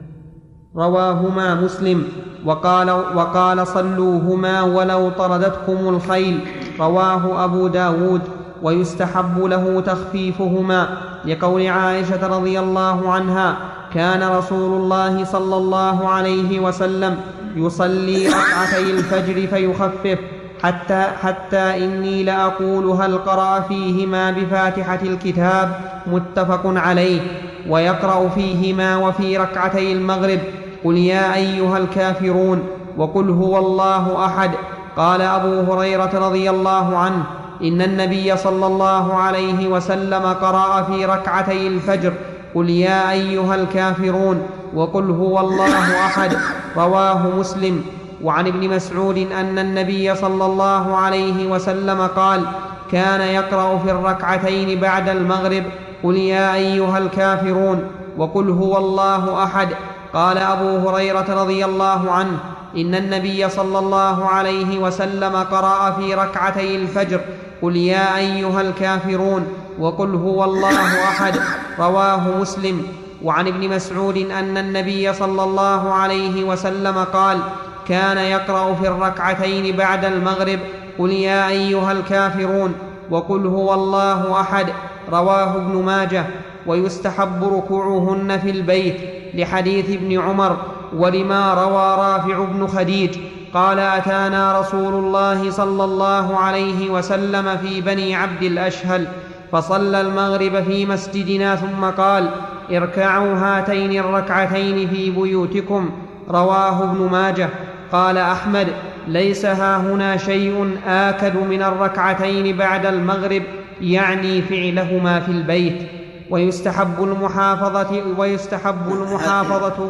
رواهما مسلم. وقال, وقال صلوهما ولو طردتكم الخيل، رواه أبو داود. ويستحب له تخفيفهما لقول عائشة رضي الله عنها: كان رسول الله صلى الله عليه وسلم يصلي ركعتي الفجر فيخفف حتى, حتى إني لأقول هل قرأ فيهما بفاتحة الكتاب، متفق عليه. ويقرأ فيهما وفي ركعتي المغرب قل يا أيها الكافرون وقل هو الله أحد. قال أبو هريرة رضي الله عنه: إن النبي صلى الله عليه وسلم قرأ في ركعتي الفجر قل يا أيها الكافرون وقل هو الله أحد، رواه مسلم. وعن ابن مسعود أن النبي صلى الله عليه وسلم قال: كان يقرأ في الركعتين بعد المغرب قل يا أيها الكافرون وقل هو الله أحد. قال أبو هريرة رضي الله عنه: إن النبي صلى الله عليه وسلم قرأ في ركعتي الفجر قل يا أيها الكافرون وقل هو الله أحد، رواه مسلم. وعن ابن مسعود أن النبي صلى الله عليه وسلم قال: كان يقرأ في الركعتين بعد المغرب قل يا أيها الكافرون وقل هو الله أحد، رواه ابن ماجه. ويستحب ركوعهن في البيت لحديث ابن عمر، ولما روى رافع بن خديج قال: أتانا رسول الله صلى الله عليه وسلم في بني عبد الأشهل فصلى المغرب في مسجدنا ثم قال: اركعوا هاتين الركعتين في بيوتكم، رواه ابن ماجه. قال أحمد: ليس هاهنا شيء آكد من الركعتين بعد المغرب، يعني فعلهما في البيت. ويستحب المحافظة ويستحب المحافظة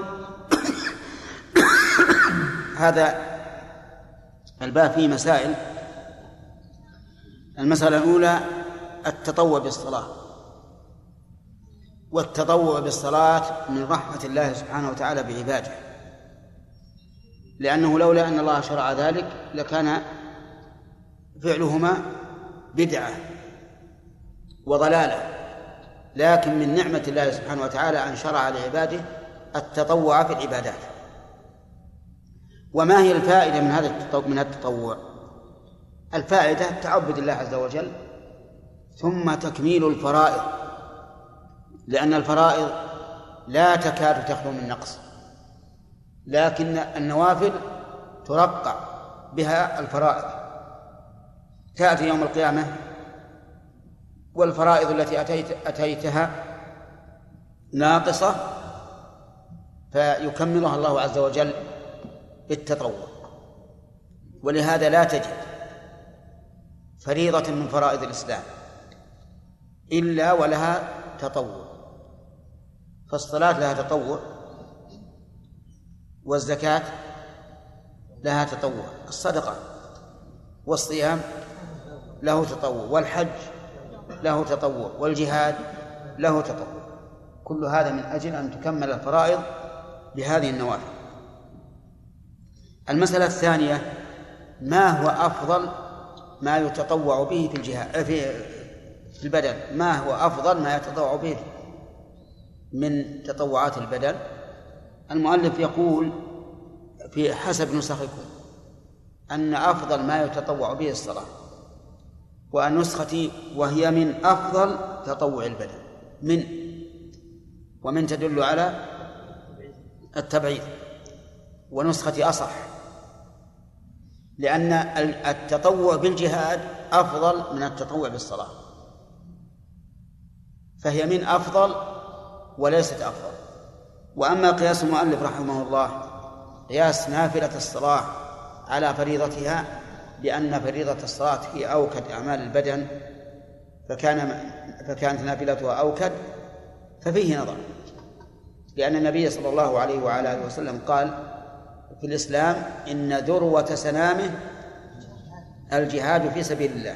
هذا الباب فيه مسائل. المسألة الأولى التطوع بالصلاة، والتطوع بالصلاة من رحمة الله سبحانه وتعالى بعباده، لأنه لولا أن الله شرع ذلك لكان فعلهما بدعة وضلالة، لكن من نعمة الله سبحانه وتعالى أن شرع لعباده التطوع في العبادات. وما هي الفائدة من هذا من التطوع؟ الفائدة تعبد الله عز وجل، ثم تكميل الفرائض، لأن الفرائض لا تكاد تخلو من نقص، لكن النوافل ترقع بها الفرائض. تأتي يوم القيامة والفرائض التي أتيت أتيتها ناقصة فيكملها الله عز وجل بالتطوع. ولهذا لا تجد فريضة من فرائض الإسلام إلا ولها تطوع، فالصلاة لها تطوع، والزكاة لها تطوع، الصدقة والصيام له تطوع، والحج له تطوع، والجهاد له تطوع. كل هذا من أجل أن تكمل الفرائض بهذه النوافل. المسألة الثانية: ما هو أفضل ما يتطوع به في الجهاد في البدن؟ ما هو أفضل ما يتطوع به من تطوعات البدن؟ المؤلف يقول في حسب نسختكم أن أفضل ما يتطوع به الصلاة، وأن نسختي وهي من أفضل تطوع البدن. من ومن تدل على التبعيض، ونسختي أصح، لأن التطوع بالجهاد أفضل من التطوع بالصلاة، فهي من أفضل وليست أفضل. وأما قياس المؤلف رحمه الله قياس نافلة الصلاة على فريضتها، لأن فريضة الصلاة هي أوكد أعمال البدن، فكان فكانت نافلتها أوكد، ففيه نظر، لأن النبي صلى الله عليه وعلى آله وسلم قال في الإسلام: إن ذروة سنامه الجهاد في سبيل الله.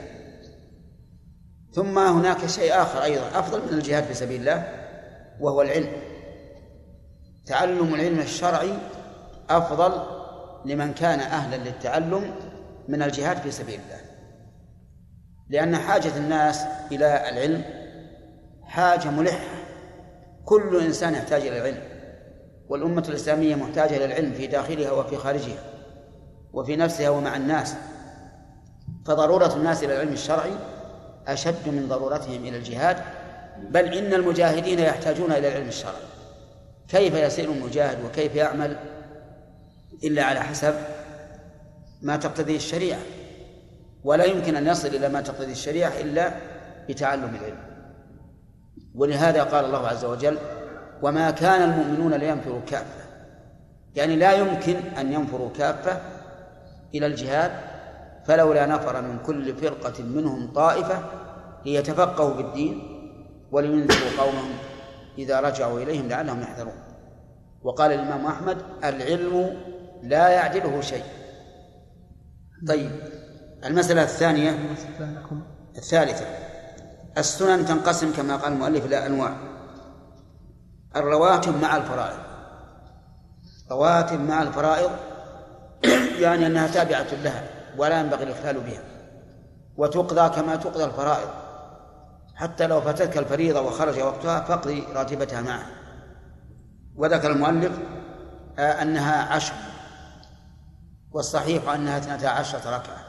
ثم هناك شيء آخر أيضا أفضل من الجهاد في سبيل الله، وهو العلم. تعلم العلم الشرعي أفضل لمن كان أهلا للتعلم من الجهاد في سبيل الله، لأن حاجة الناس إلى العلم حاجة ملحة. كل إنسان يحتاج إلى العلم، والأمة الإسلامية محتاجة إلى العلم في داخلها وفي خارجها وفي نفسها ومع الناس. فضرورة الناس إلى العلم الشرعي أشد من ضرورتهم إلى الجهاد، بل إن المجاهدين يحتاجون إلى العلم الشرعي. كيف يسير المجاهد وكيف يعمل إلا على حسب ما تقتضيه الشريعة، ولا يمكن أن يصل إلى ما تقتضيه الشريعة إلا بتعلم العلم. ولهذا قال الله عز وجل: وما كان المؤمنون لينفروا كافة، يعني لا يمكن أن ينفروا كافة إلى الجهاد، فلولا نفر من كل فرقة منهم طائفة ليتفقهوا بالدين ولينذروا قومهم إذا رجعوا إليهم لعلهم يحذرون. وقال الإمام أحمد: العلم لا يعدله شيء. طيب، المسألة الثانية الثالثة: السنن تنقسم كما قال المؤلف إلى أنواع: الرواتب مع الفرائض. رواتب مع الفرائض يعني أنها تابعة لها ولا ينبغي الإخلال بها، وتقضى كما تقضى الفرائض، حتى لو فاتتك الفريضة وخرج وقتها فاقضي راتبتها معها. وذكر المؤلف أنها عشر، والصحيح أنها اثنتا عشرة ركعة،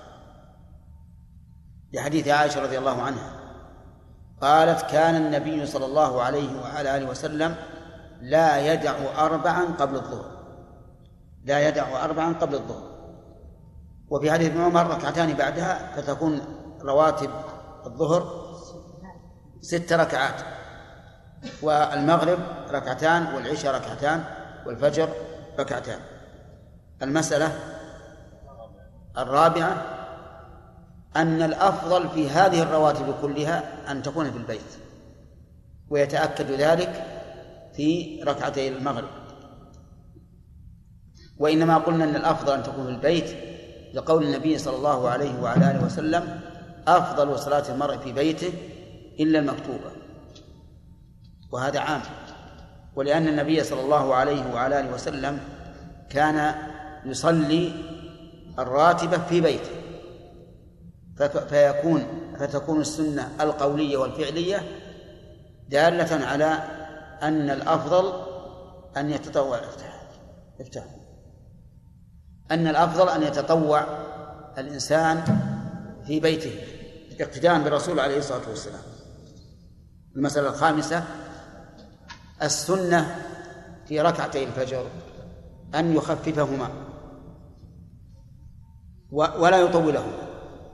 لحديث عائشة رضي الله عنها قالت: كان النبي صلى الله عليه وعلى آله وسلم لا يدع أربعا قبل الظهر، لا يدع أربعا قبل الظهر. وفي حديث ابن عمر: ركعتان بعدها، فتكون رواتب الظهر ست ركعات، والمغرب ركعتان، والعشاء ركعتان، والفجر ركعتان. المسألة الرابعة: أن الأفضل في هذه الرواتب كلها أن تكون في البيت، ويتأكد ذلك في ركعتي المغرب. وإنما قلنا أن الأفضل أن تكون في البيت لقول النبي صلى الله عليه وعلى آله وسلم: أفضل صلاة المرء في بيته إلا المكتوبة. وهذا عام، ولأن النبي صلى الله عليه وعلى آله وسلم كان يصلي الراتبة في بيته، فيكون فتكون السنة القولية والفعلية دالة على أن الأفضل أن يتطوع افتح افتح أن الأفضل أن يتطوع الإنسان في بيته اقتداء بالرسول عليه الصلاة والسلام. المسألة الخامسة: السنة في ركعتي الفجر أن يخففهما ولا يطولهما،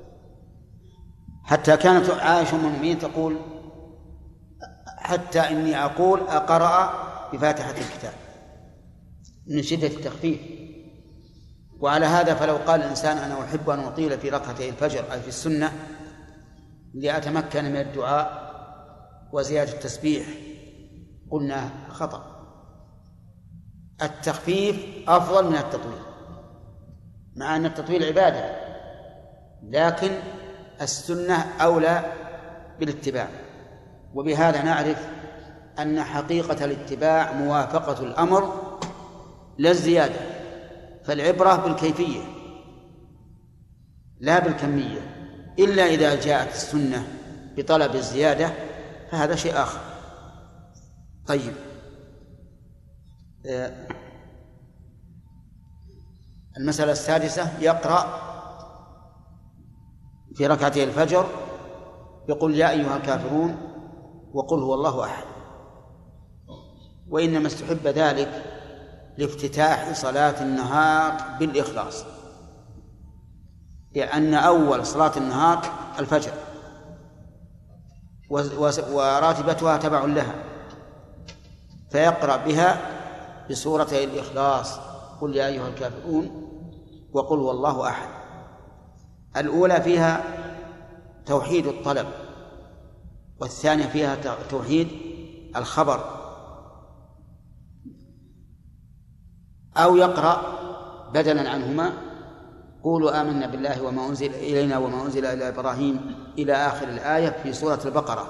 حتى كانت عائشة أم المؤمنين تقول: حتى إني أقول أقرأ بفاتحة الكتاب من شدة التخفيف. وعلى هذا فلو قال الإنسان: أنا أحب أن أطيل في ركعتي الفجر أي في السنة لأتمكن من الدعاء وزيادة التسبيح، قلنا خطأ. التخفيف أفضل من التطويل، مع أن التطويل عبادة، لكن السنة أولى بالاتباع. وبهذا نعرف أن حقيقة الاتباع موافقة الأمر لا الزيادة، فالعبرة بالكيفية لا بالكمية، إلا إذا جاءت السنة بطلب الزيادة فهذا شيء آخر. طيب، المسألة السادسة: يقرأ في ركعتي الفجر يقول: يا أيها الكافرون وقل هو الله أحد. وإنما استحب ذلك لافتتاح صلاة النهار بالإخلاص، لأن أول صلاة النهار الفجر وراتبتها تبع لها، فيقرأ بها بسورتي الإخلاص: قل يا أيها الكافرون وقل هو الله أحد. الأولى فيها توحيد الطلب، والثانية فيها توحيد الخبر. أو يقرأ بدلا عنهما قولوا آمنا بالله وما أنزل إلينا وما أنزل إلى إبراهيم إلى آخر الآية في سورة البقرة.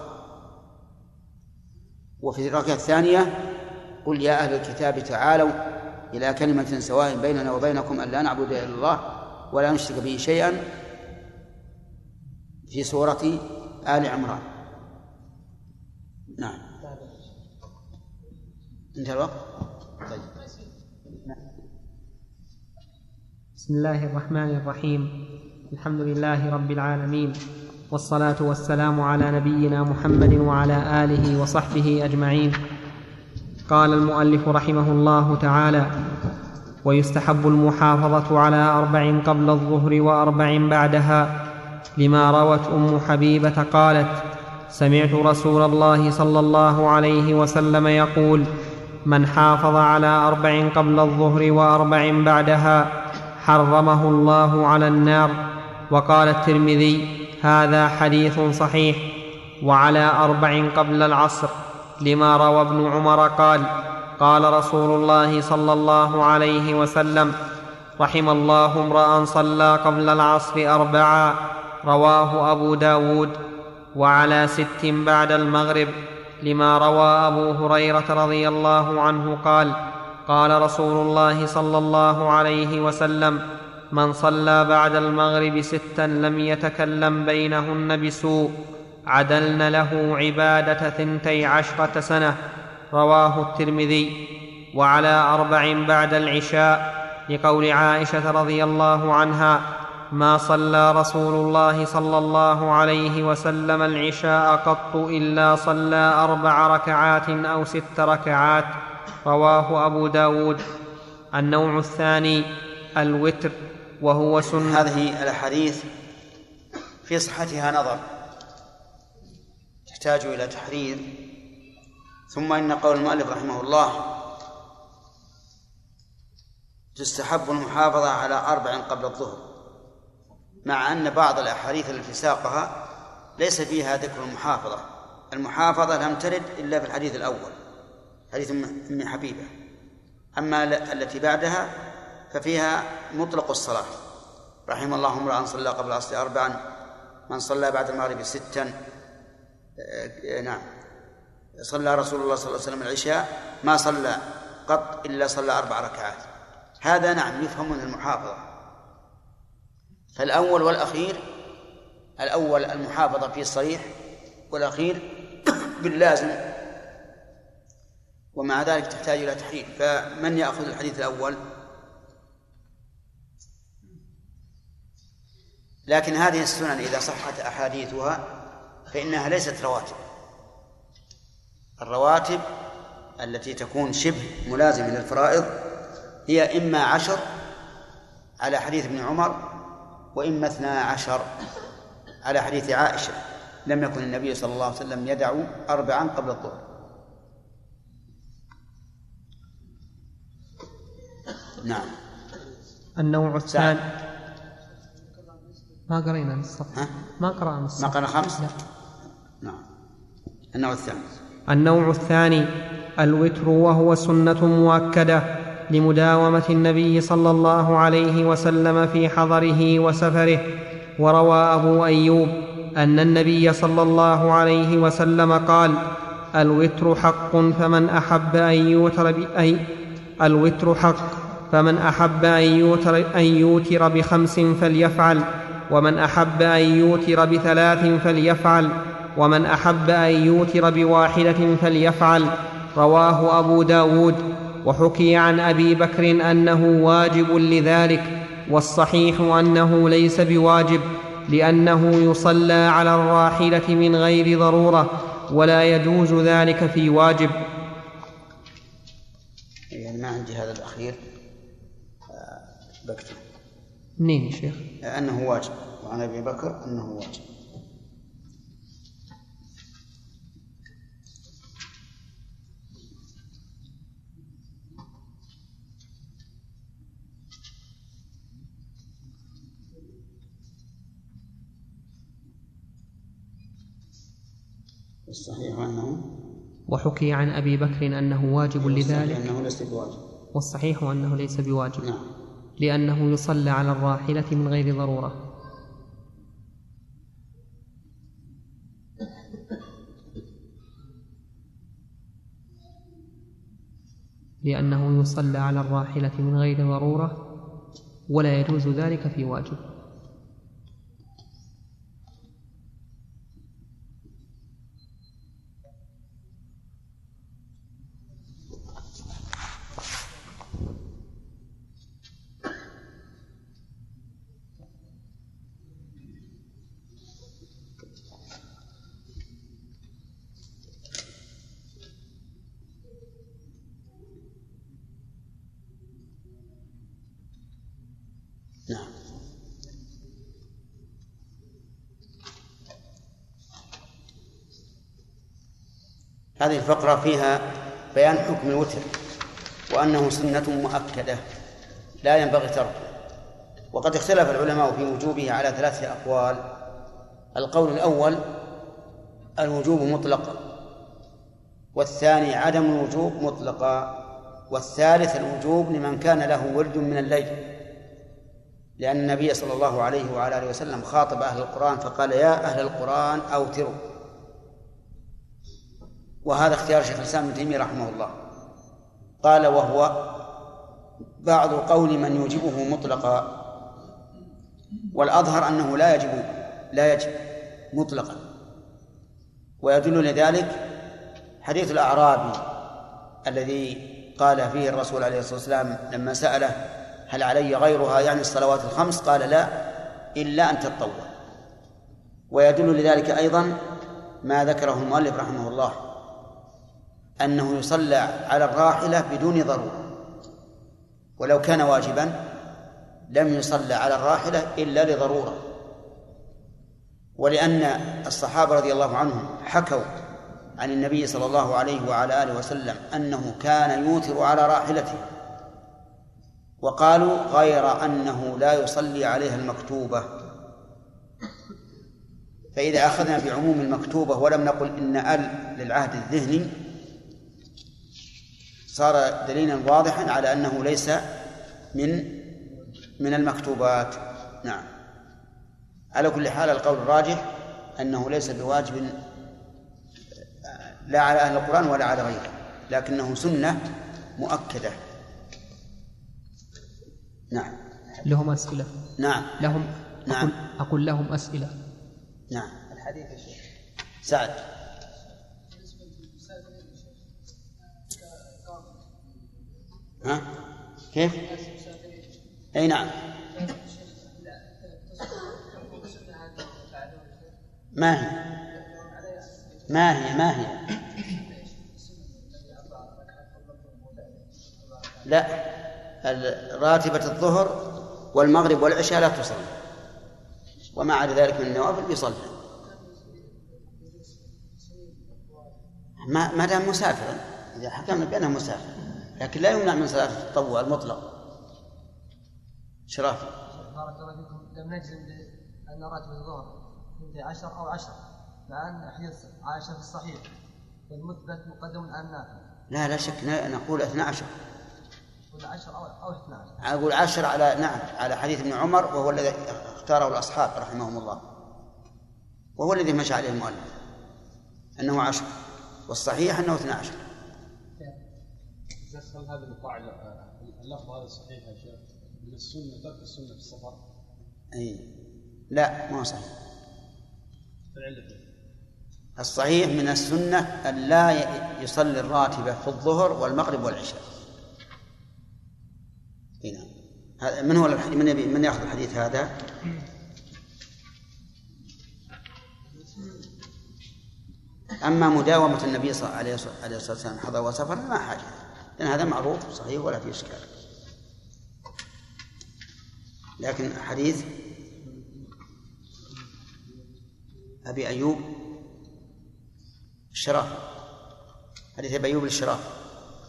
وفي الركعة الثانية قل يا أهل الكتاب تعالوا إلى كلمة سواء بيننا وبينكم أن لا نعبد إلا الله ولا نشرك به شيئا في سورة آل عمران. نعم انتهى الوقت. طيب. بسم الله الرحمن الرحيم. الحمد لله رب العالمين، والصلاة والسلام على نبينا محمد وعلى آله وصحبه أجمعين. قال المؤلف رحمه الله تعالى: ويستحب المحافظة على أربع قبل الظهر وأربع بعدها، لما روت أم حبيبة قالت: سمعت رسول الله صلى الله عليه وسلم يقول: من حافظ على أربع قبل الظهر وأربع بعدها حرمه الله على النار. وقال الترمذي: هذا حديث صحيح. وعلى أربع قبل العصر، لما روى ابن عمر قال: قال رسول الله صلى الله عليه وسلم: رحم الله امرأ صلى قبل العصر أربعا، رواه أبو داود. وعلى ست بعد المغرب، لما روى أبو هريرة رضي الله عنه قال: قال رسول الله صلى الله عليه وسلم: من صلى بعد المغرب ستا لم يتكلم بينهن بسوء عدلن له عبادة ثنتي عشرة سنة، رواه الترمذي. وعلى أربع بعد العشاء، لقول عائشة رضي الله عنها: ما صلى رسول الله صلى الله عليه وسلم العشاء قط إلا صلى أربع ركعات أو ست ركعات، رواه أبو داود. النوع الثاني الوتر، وهو سنة. هذه الأحاديث في صحتها نظر تحتاج إلى تحرير. ثم إن قول المؤلف رحمه الله: تستحب المحافظة على أربع قبل الظهر، مع أن بعض الأحاديث التي ساقها ليس فيها ذكر المحافظة. المحافظة لم ترد إلا في الحديث الأول، حديث أم حبيبة. أما التي بعدها ففيها مطلق الصلاة: رحم الله امرأ صلى قبل العصر أربعا، من صلى بعد المغرب ستا، نعم، صلى رسول الله صلى الله عليه وسلم العشاء ما صلى قط إلا صلى أربع ركعات. هذا نعم يفهم من المحافظة. فالأول والأخير، الأول المحافظة في الصريح، والأخير باللازم، ومع ذلك تحتاج إلى تحرير. فمن يأخذ الحديث الأول؟ لكن هذه السنن إذا صحت أحاديثها فإنها ليست رواتب. الرواتب التي تكون شبه ملازمة للفرائض هي إما عشر على حديث ابن عمر، وإما اثنا عشر على حديث عائشة: لم يكن النبي صلى الله عليه وسلم يدع أربعا قبل الظهر. نعم. النوع الثاني ما قرينا الصفحة، ما قرأنا الصفحة، ما قرأنا خمس. نعم. النوع الثاني النوع الثاني الوتر، وهو سنة مؤكدة لمداومة النبي صلى الله عليه وسلم في حضره وسفره. وروى أبو أيوب أن النبي صلى الله عليه وسلم قال: الوتر حق فمن أحب أن يوتر بأي الوتر حق فمن أحب أن يوتر, أن يوتر بخمس فليفعل، ومن أحب أن يوتر بثلاث فليفعل، ومن أحب أن يوتر بواحدة فليفعل، رواه أبو داود. وحكي عن أبي بكر أنه واجب لذلك، والصحيح أنه ليس بواجب، لأنه يصلى على الراحلة من غير ضرورة، ولا يجوز ذلك في واجب. يعني ما عندي هذا الأخير بكتب منين يا شيخ؟ أنه واجب، وعن أبي بكر أنه واجب. الصحيح أنه وحكي عن أبي بكر أنه واجب لذلك، أنه ليس بواجب، والصحيح أنه ليس بواجب. نعم. لأنه يصلى على الراحلة من غير ضرورة. لأنه يصلى على الراحلة من غير ضرورة ولا يجوز ذلك في واجب. نعم. هذه الفقرة فيها بيان حكم الوتر وأنه سنة مؤكدة لا ينبغي تركه. وقد اختلف العلماء في وجوبه على ثلاثة أقوال. القول الأول الوجوب مطلق، والثاني عدم الوجوب مطلقا، والثالث الوجوب لمن كان له ورد من الليل، لأن النبي صلى الله عليه وعلى آله وسلم خاطب أهل القرآن فقال يا أهل القرآن أوتروا. وهذا اختيار شيخ الإسلام ابن تيمية رحمه الله. قال وهو بعض قول من يوجبه مطلقا، والأظهر أنه لا يجب لا يجب مطلقا. ويدل لذلك حديث الأعرابي الذي قال فيه الرسول عليه الصلاة والسلام لما سأله هل علي غيرها يعني الصلوات الخمس، قال لا إلا أن تتطوع. ويدل لذلك أيضا ما ذكره المؤلف رحمه الله أنه يصلى على الراحلة بدون ضرورة، ولو كان واجبا لم يصلى على الراحلة إلا لضرورة. ولأن الصحابة رضي الله عنهم حكوا عن النبي صلى الله عليه وعلى آله وسلم أنه كان يوتر على راحلته، وقالوا غير أنه لا يصلي عليها المكتوبة. فإذا أخذنا بعموم المكتوبة ولم نقل إن ال للعهد الذهني صار دليلا واضحا على أنه ليس من من المكتوبات. نعم. على كل حال القول الراجح أنه ليس بواجب لا على أهل القرآن ولا على غيره، لكنه سنة مؤكدة. نعم. لهم أسئلة. نعم. لهم. نعم. أقول, أقول لهم أسئلة. نعم. الحديث يا شيخ سعد. ها؟ كيف؟ أي نعم. ما هي؟ ما هي؟ ما هي؟ لا، راتبة الظهر والمغرب والعشاء لا تصلي، وما عدا ذلك من النوافل يصلي ما ما دام مسافرا. إذا حكمنا بأنه مسافر، لكن لا يمنع من صلاة التطوع المطلق. شرافي. بارك الله فيكم. لم نجزم بأن راتب الظهر اثنتي عشر أو عشر، مع أن حديث عائشة في الصحيح والمثبت مقدم على النافع. لا لا شك نقول اثنا عشر. نقول عشر أو أو اثنا عشر. أقول عشر على نعم على حديث ابن عمر، وهو الذي اختاره الأصحاب رحمهم الله، وهو الذي مشى عليه المؤلف أنه عشر، والصحيح أنه اثنا عشر. هل هذا القاعدة اللفظ هذا الصحيح يا شيخ من السنة ترك السنة في السفر؟ أي لا، ما هو صحيح. الصحيح من السنة أن لا يصلي الراتبة في الظهر والمغرب والعشاء. هنا من هو من من يأخذ الحديث هذا؟ أما مداومة النبي صلى الله عليه وسلم حضر وسفر ما حاجة، لأن هذا معروف صحيح ولا فيه إشكال. لكن حديث أبي أيوب الشراف، حديث أبي أيوب الشراف.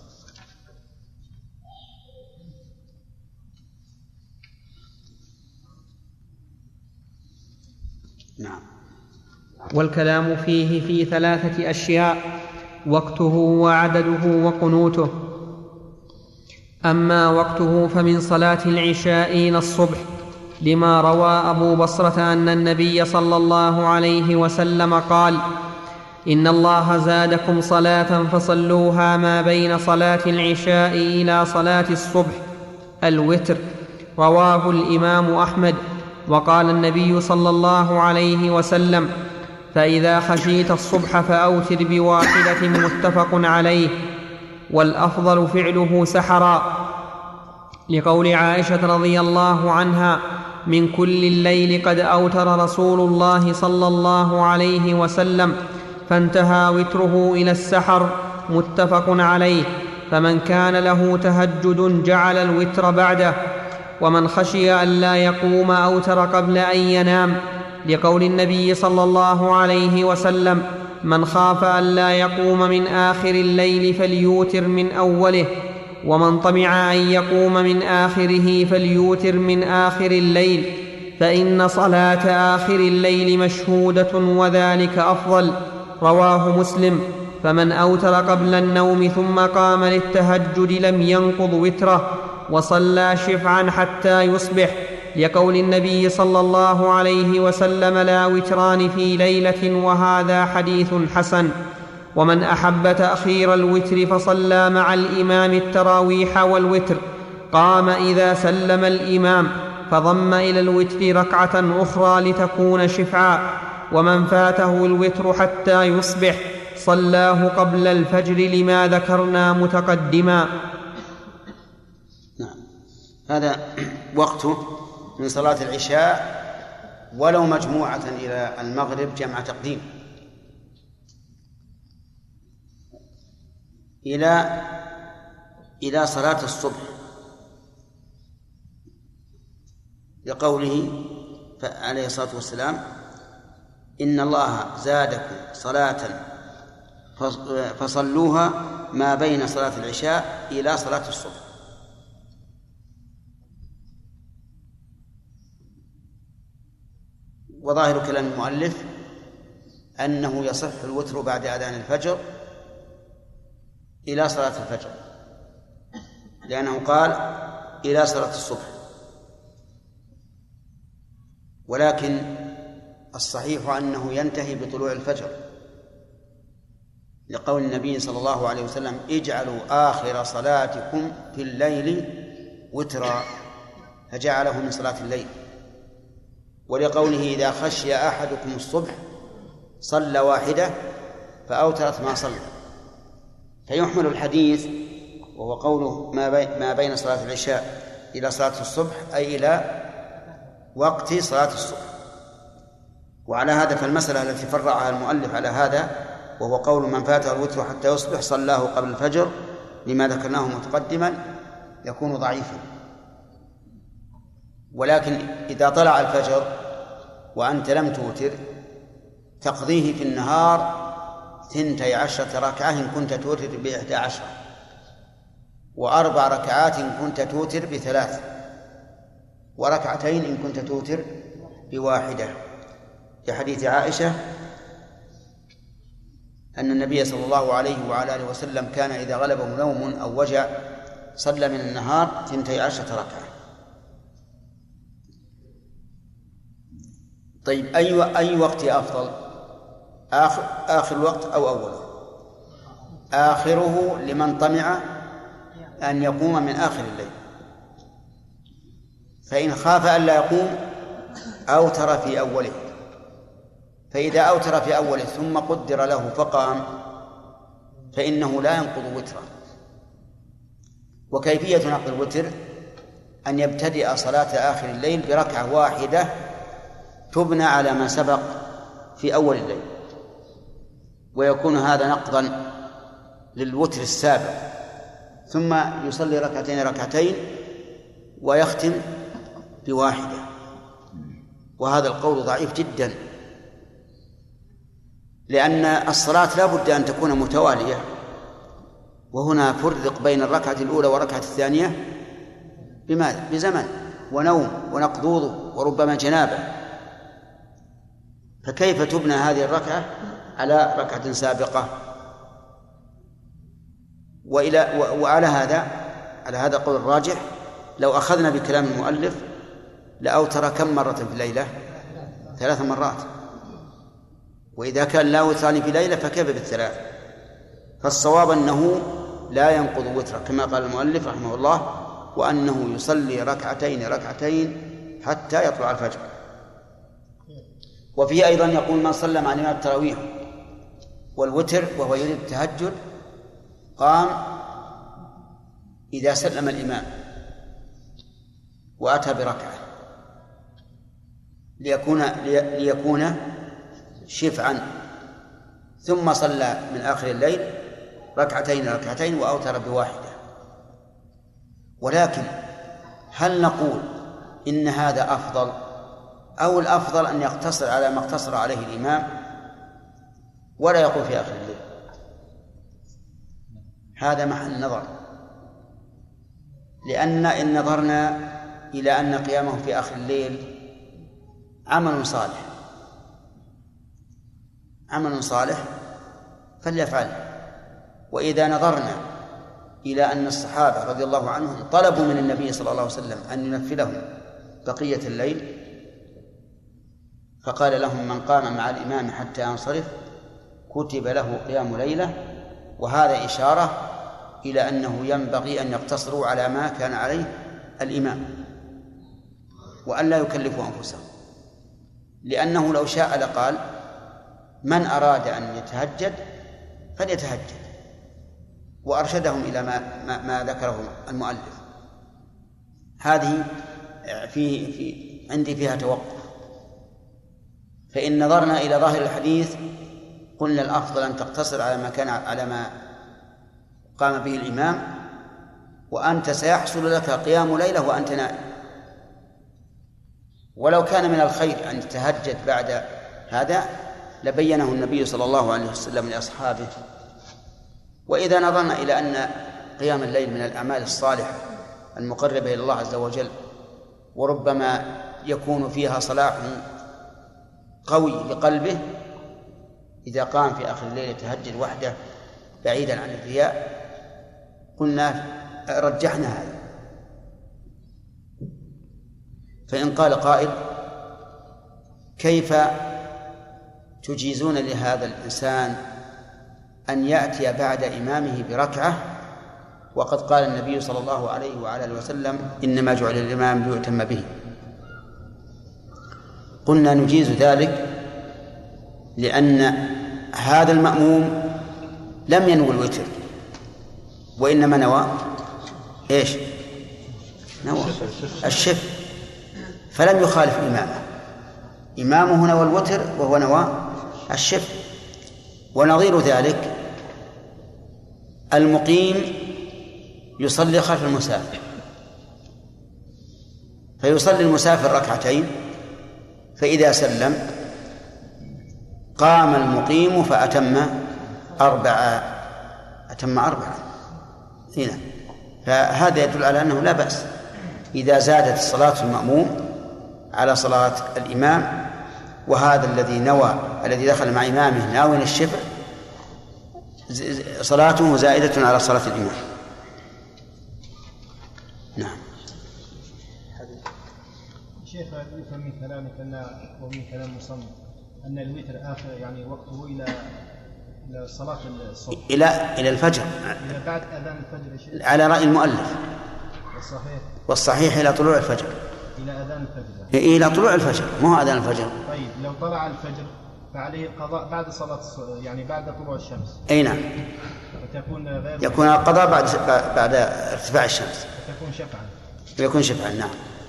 نعم. والكلام فيه في ثلاثة أشياء: وقته وعدده وقنوته. أما وقته فمن صلاة العشاء إلى الصبح، لما روى أبو بصرة أن النبي صلى الله عليه وسلم قال: إن الله زادكم صلاة فصلوها ما بين صلاة العشاء إلى صلاة الصبح، الوتر. رواه الإمام أحمد. وقال النبي صلى الله عليه وسلم: فإذا خشيت الصبح فأوتر بواحدة، متفق عليه. والأفضل فعله سحرا، لقول عائشة رضي الله عنها: من كل الليل قد أوتر رسول الله صلى الله عليه وسلم، فانتهى وتره إلى السحر، متفق عليه. فمن كان له تهجد جعل الوتر بعده، ومن خشي أن لا يقوم أوتر قبل أن ينام، لقول النبي صلى الله عليه وسلم: من خاف أن لا يقوم من آخر الليل فليوتر من أوله، ومن طمع أن يقوم من آخره فليوتر من آخر الليل، فإن صلاة آخر الليل مشهودة وذلك أفضل. رواه مسلم. فمن أوتر قبل النوم ثم قام للتهجد لم ينقض وتره، وصلى شفعا حتى يصبح، لقول النبي صلى الله عليه وسلم: لا وتران في ليلة، وهذا حديث حسن. ومن أحب تأخير الوتر فصلى مع الإمام التراويح والوتر، قام إذا سلم الإمام فضم إلى الوتر ركعة أخرى لتكون شفعا. ومن فاته الوتر حتى يصبح صلاه قبل الفجر، لما ذكرنا متقدما. نعم، هذا وقته من صلاة العشاء ولو مجموعة إلى المغرب جمع تقديم، إلى إلى صلاة الصبح، لقوله عليه الصلاة والسلام: إن الله زادكم صلاة فصلوها ما بين صلاة العشاء إلى صلاة الصبح. وظاهر كلام المؤلف أنه يصح الوتر بعد أذان الفجر إلى صلاة الفجر، لأنه قال إلى صلاة الصبح. ولكن الصحيح أنه ينتهي بطلوع الفجر، لقول النبي صلى الله عليه وسلم: اجعلوا آخر صلاتكم في الليل وترا، فجعله من صلاة الليل. ولقوله: إذا خشي أحدكم الصبح صلى واحدة فأوترت ما صلى. فيحمل الحديث وهو قوله ما بين صلاة العشاء إلى صلاة الصبح أي إلى وقت صلاة الصبح. وعلى هذا فالمسألة التي فرعها المؤلف على هذا وهو قول من فاته الوتر حتى يصبح صلاه قبل الفجر لما ذكرناه متقدما يكون ضعيفا. ولكن إذا طلع الفجر وأنت لم توتر تقضيه في النهار ثنتي عشرة ركعة إن كنت توتر بإحدى عشرة، وأربع ركعات إن كنت توتر بثلاث، وركعتين إن كنت توتر بواحدة، في حديث عائشة أن النبي صلى الله عليه وعلى آله وسلم كان إذا غلبه نوم أو وجع صلى من النهار ثنتي عشرة ركعة. طيب أي أي وقت أفضل؟ آخر آخر الوقت أو أوله؟ آخره لمن طمع أن يقوم من آخر الليل، فإن خاف أن لا يقوم أوتر في أوله، فإذا أوتر في أوله ثم قدر له فقام فإنه لا ينقض وترا. وكيفية نقض الوتر أن يبتدئ صلاة آخر الليل بركعة واحدة تبنى على ما سبق في أول الليل، ويكون هذا نقضا للوتر السابق، ثم يصلي ركعتين ركعتين ويختم بواحدة. وهذا القول ضعيف جدا، لأن الصلاة لا بد أن تكون متوالية، وهنا فرق بين الركعة الأولى والركعة الثانية بماذا؟ بزمن ونوم ونقض وضوء وربما جنابة، فكيف تبنى هذه الركعة على ركعة سابقة؟ وإلى وعلى هذا على هذا القول الراجح لو أخذنا بكلام المؤلف لأوتر كم مرة في الليلة؟ ثلاث مرات. وإذا كان لا وتران في ليلة فكيف بالثلاث؟ فالصواب أنه لا ينقض وتره كما قال المؤلف رحمه الله، وأنه يصلي ركعتين ركعتين حتى يطلع الفجر. وفيه أيضا يقول من صلى مع الإمام التراويح والوتر وهو يريد التهجد قام إذا سلم الإمام وأتى بركعة ليكون ليكون شفعا، ثم صلى من آخر الليل ركعتين ركعتين وأوتر بواحدة. ولكن هل نقول إن هذا أفضل أو الأفضل أن يقتصر على ما اقتصر عليه الإمام ولا يقول في آخر الليل؟ هذا محل نظر، لأن إن نظرنا إلى أن قيامه في آخر الليل عمل صالح عمل صالح فليفعله. وإذا نظرنا إلى أن الصحابة رضي الله عنهم طلبوا من النبي صلى الله عليه وسلم أن ينفذهم بقية الليل فقال لهم من قام مع الإمام حتى ينصرف كتب له قيام ليلة، وهذا إشارة إلى أنه ينبغي أن يقتصروا على ما كان عليه الإمام وأن لا يكلفوا أنفسهم، لأنه لو شاء لقال من أراد أن يتهجد فليتهجد، وأرشدهم إلى ما, ما, ما ذكره المؤلف. هذه في, في عندي فيها توقف. فإن نظرنا إلى ظاهر الحديث قلنا الأفضل أن تقتصر على ما كان على ما قام به الإمام، وأنت سيحصل لك قيام ليلة وأنت نائم. ولو كان من الخير أن تتهجد بعد هذا لبينه النبي صلى الله عليه وسلم لأصحابه. وإذا نظرنا إلى أن قيام الليل من الأعمال الصالحة المقربة إلى الله عز وجل وربما يكون فيها صلاح قوي لقلبه، إذا قام في آخر الليل يتهجد وحده بعيدا عن الرياء قلنا رجحنا هذا. فإن قال قائل كيف تجيزون لهذا الإنسان أن يأتي بعد إمامه بركعة وقد قال النبي صلى الله عليه وعلى آله وسلم إنما جعل الإمام ليؤتم به؟ قلنا نجيز ذلك لأن هذا المأموم لم ينوي الوتر وإنما نوى إيش؟ نوى الشفع، فلم يخالف إمامه. إمامه نوى الوتر وهو نوى الشفع. ونظير ذلك المقيم يصلي خلف المسافر، فيصلي المسافر ركعتين، فإذا سلم قام المقيم فأتم أربعة أتم أربعة هنا. فهذا يدل على أنه لا بأس إذا زادت صلاة المأموم على صلاة الإمام، وهذا الذي نوى الذي دخل مع إمامه ناوي الشفع صلاته زائدة على صلاة الإمام. نعم. شيخ يفهم من كلامك أن ومن كلام مصنف أن الوتر آخر يعني وقته إلى إلى صلاة الصبح إلى إلى الفجر، إلى بعد أذان الفجر على رأي المؤلف. والصحيح والصحيح إلى طلوع الفجر، إلى أذان الفجر إلى طلوع الفجر مو أذان الفجر. طيب لو طلع الفجر فعليه القضاء بعد صلاة يعني بعد طلوع الشمس. أي نعم. فتكون غير يكون القضاء بعد بعد ارتفاع الشمس. فتكون شفعا. ويكون شفعا. نعم.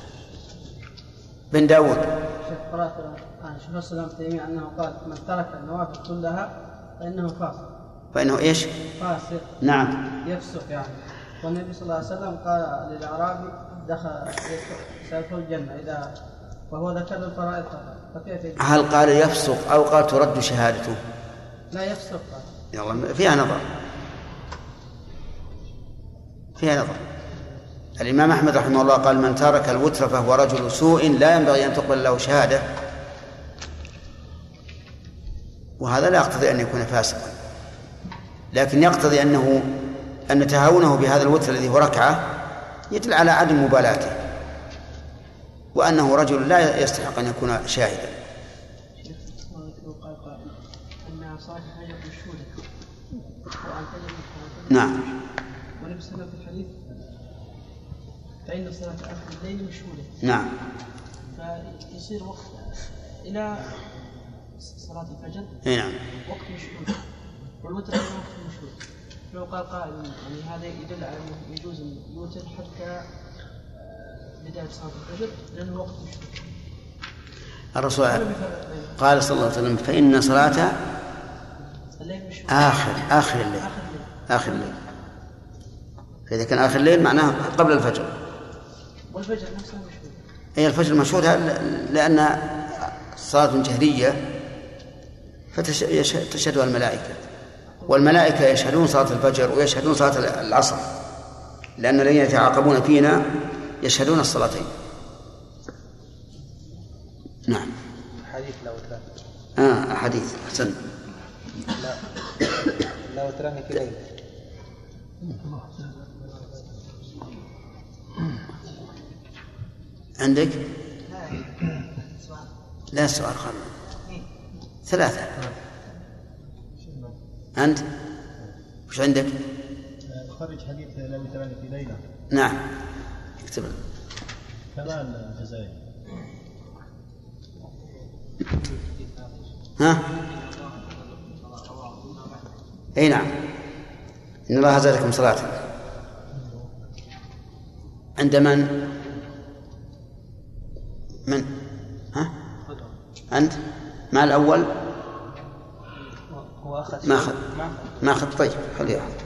بن داود. شيخ قرأت عن شيخ الإسلام ابن تيمية أنه قال من ترك النوافل كلها فإنه فاسق. فإنه إيش؟ فاسق. نعم. يفسق يعني. والنبي صلى الله عليه وسلم قال للأعرابي دخل سيدخل الجنة إذا وهو ذكر الفرائض فكيف؟ هل قال يفسق أو قال ترد شهادته؟ لا يفسق. يلا فيها نظر فيها نظر. الإمام أحمد رحمه الله قال من ترك الوتر فهو رجل سوء لا ينبغي أن تقبل له شهادة، وهذا لا يقتضي أن يكون فاسقا، لكن يقتضي أنه أن تهاونه بهذا الوتر الذي هو ركعة يدل على عدم مبالاته وأنه رجل لا يستحق أن يكون شاهدا. نعم. ونفسنا في الحديث فإن صلاة آخر الليل مشهودة. نعم. فيصير وقت إلى صلاة الفجر. نعم. وقت مشهود. والوتر وقت مشهود. لو قال قائل يعني هذا يدل على أنه يجوز الوتر حتى بداية صلاة الفجر لأنه وقت مشهود. الرسول قال صلى الله عليه وسلم فإن صلاة آخر آخر الليل آخر الليل. فإذا كان آخر الليل معناه قبل الفجر. والفجر نفسه مشهود. أي الفجر مشهود لأن صلاة جهرية فتشهدها الملائكة، والملائكة يشهدون صلاة الفجر ويشهدون صلاة العصر، لأن الذين يتعاقبون فينا يشهدون الصلاتين. نعم. حديث لا وتران. آه حديث أحسن. لا لا وتران في ليل. عندك؟ لا سؤال خالد. ثلاثة. أنت؟ وش عندك؟ خرج حديث لا وتران في ليلة. نعم. اكتب. كمال الجزائري. ها؟ اي نعم. ان الله زادكم صلاة. عند من؟ من؟ ها؟ أنت؟ مع الأول؟ ما أخذ ما أخذ. طيب خليه يأخذ.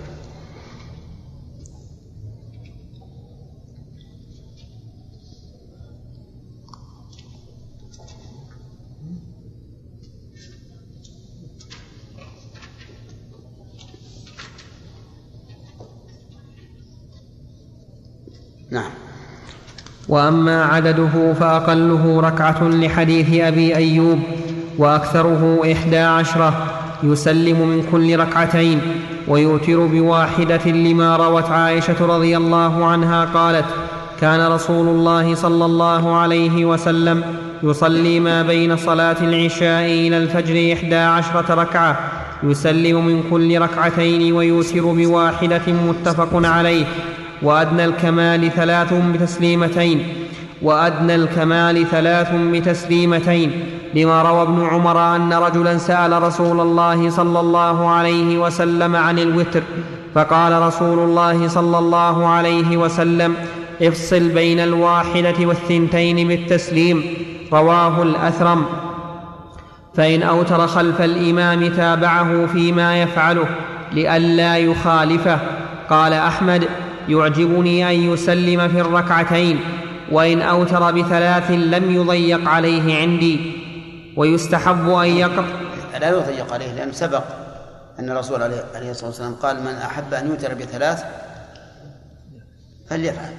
نعم. وأما عدده فأقله ركعة لحديث أبي أيوب، وأكثره إحدى عشرة، يسلم من كل ركعتين ويوتر بواحدة، لما روت عائشة رضي الله عنها قالت: كان رسول الله صلى الله عليه وسلم يصلي ما بين صلاة العشاء إلى الفجر إحدى عشرة ركعة، يسلم من كل ركعتين ويوتر بواحدة، متفق عليه. وأدنى الكمال ثلاث بتسليمتين وأدنى الكمال ثلاث بتسليمتين لما روى ابن عمر أن رجلا سأل رسول الله صلى الله عليه وسلم عن الوتر، فقال رسول الله صلى الله عليه وسلم: افصل بين الواحدة والثنتين بالتسليم. رواه الأثرم. فإن أوتر خلف الإمام تابعه فيما يفعله لئلا يخالفه. قال أحمد: يعجبني أن يسلم في الركعتين، وإن أوتر بثلاث لم يضيق عليه عندي. ويستحب أن يقرأ. لا يضيق عليه، لأن سبق أن الرسول عليه الصلاة والسلام قال: من أحب أن يوتر بثلاث فليفعل.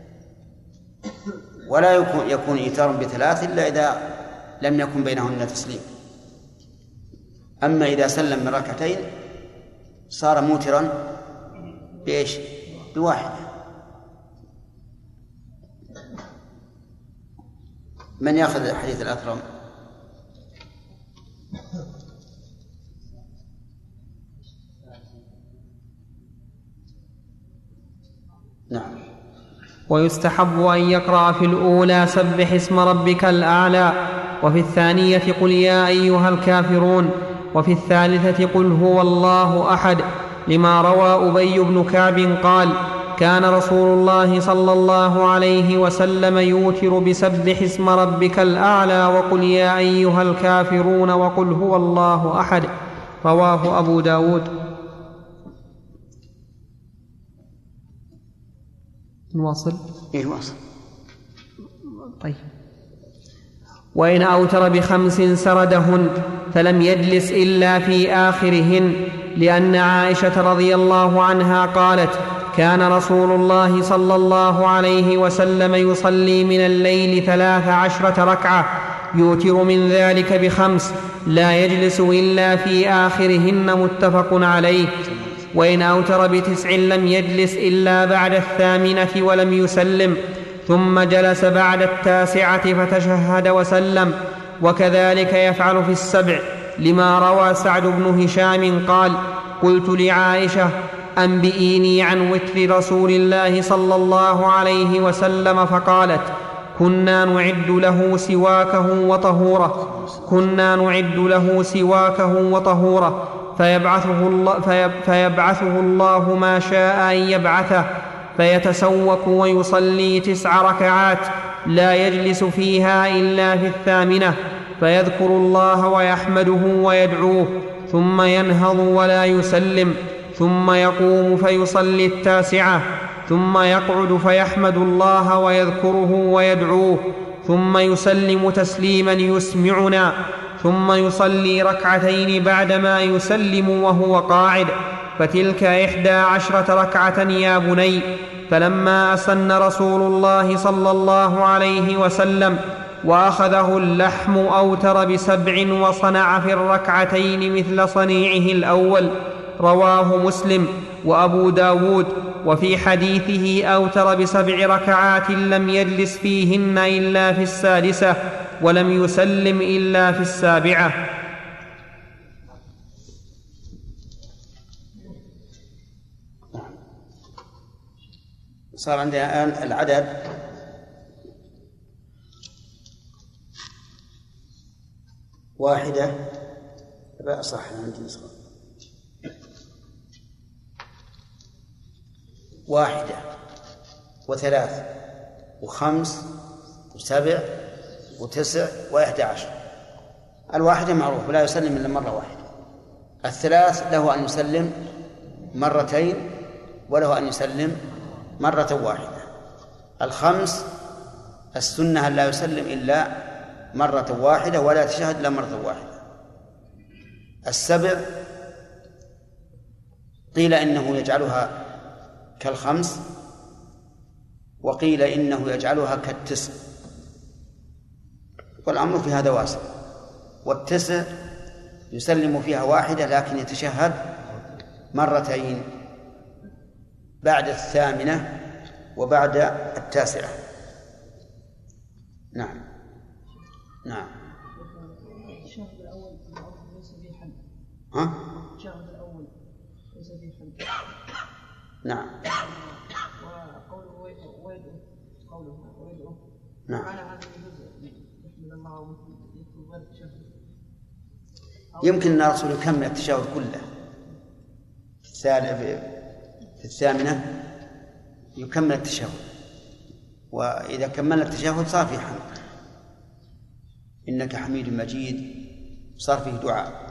ولا يكون يكون إيتار بثلاث إلا إذا لم يكن بينهن تسليم. أما إذا سلم من ركعتين صار موترا بإيش؟ بواحدة. من يأخذ حديث الأثرم؟ نعم. ويستحب أن يقرأ في الأولى سبح اسم ربك الأعلى، وفي الثانية قل يا أيها الكافرون، وفي الثالثة قل هو الله أحد، لما روى أبي بن كعب قال: كان رسول الله صلى الله عليه وسلم يوتر بسبح اسم ربك الأعلى وقل يا أيها الكافرون وقل هو الله أحد. رواه أبو داود. نواصل. إيه واصل. طيب. وإن أوتر بخمس سردهن فلم يجلس إلا في آخرهن، لأن عائشة رضي الله عنها قالت: كان رسول الله صلى الله عليه وسلم يصلي من الليل ثلاث عشرة ركعة، يوتر من ذلك بخمس، لا يجلس إلا في آخرهن، متفق عليه. وإن أوتر بتسع لم يجلس إلا بعد الثامنة ولم يسلم، ثم جلس بعد التاسعة فتشهد وسلم. وكذلك يفعل في السبع، لما روى سعد بن هشام قال: قلت لعائشة: أنبئيني عن وتر رسول الله صلى الله عليه وسلم، فقالت: كنا نعد له سواكه وطهوره كنا نعد له سواكه وطهوره فيبعثه الله, فيبعثه الله ما شاء أن يبعثه، فيتسوك ويصلي تسع ركعات لا يجلس فيها إلا في الثامنة، فيذكر الله ويحمده ويدعوه، ثم ينهض ولا يسلم، ثم يقوم فيصلي التاسعة، ثم يقعد فيحمد الله ويذكره ويدعوه، ثم يسلم تسليما يسمعنا، ثم يصلي ركعتين بعدما يسلم وهو قاعد، فتلك إحدى عشرة ركعة يا بني. فلما أسن رسول الله صلى الله عليه وسلم وأخذه اللحم أوتر بسبع وصنع في الركعتين مثل صنيعه الأول. رواه مسلم وأبو داود. وفي حديثه أوتر بسبع ركعات لم يجلس فيهن إلا في السادسة، ولم يسلم إلا في السابعة. صار عندنا الآن العدد واحدة. لا صح، عندي نسخة واحدة وثلاث وخمس وسبع وتسع وإحدى عشر. الواحدة معروف ولا يسلم إلا مرة واحدة. الثلاث له أن يسلم مرتين وله أن يسلم مرة واحدة. الخمس السنة أن لا يسلم إلا مرة واحدة ولا تشهد إلا مرة واحدة. السبع قيل إنه يجعلها كالخمس، وقيل إنه يجعلها كالتسع، والأمر في هذا واسع. والتسع يسلم فيها واحدة لكن يتشهد مرتين بعد الثامنة وبعد التاسعة. نعم نعم. الشاهد الأول ليس فيه حد. ها؟ الشاهد الأول ليس فيه حد. نعم. وقوله ويدعو قوله ويدعو. نعم. معنى هذا الجزء يحمد الله ويكتب غير التشهد. يمكن أن الرسول يكمل التشهد كله في الثامنة، يكمل التشهد، وإذا كمل التشهد صار فيه حمد، إنك حميد مجيد، صار فيه دعاء.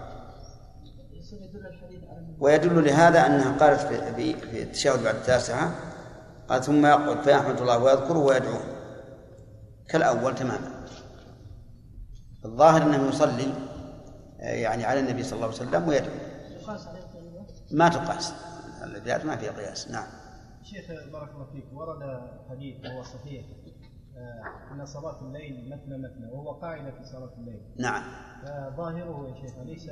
ويدل لهذا أنها قالت في التشهد بعد التاسعة قال: ثم يقعد فيحمد الله ويذكره ويدعوه، كالأول تماما. الظاهر أنه يصلي يعني على النبي صلى الله عليه وسلم ويدعو. ما تقاس، الذات ما فيها قياس. نعم. شيخ بارك الله فيك، ورد حديث وهو صحيح أن صلاة الليل مثنى مثنى، وهو قاعدة في صلاة الليل. نعم. ظاهره يا شيخ ليس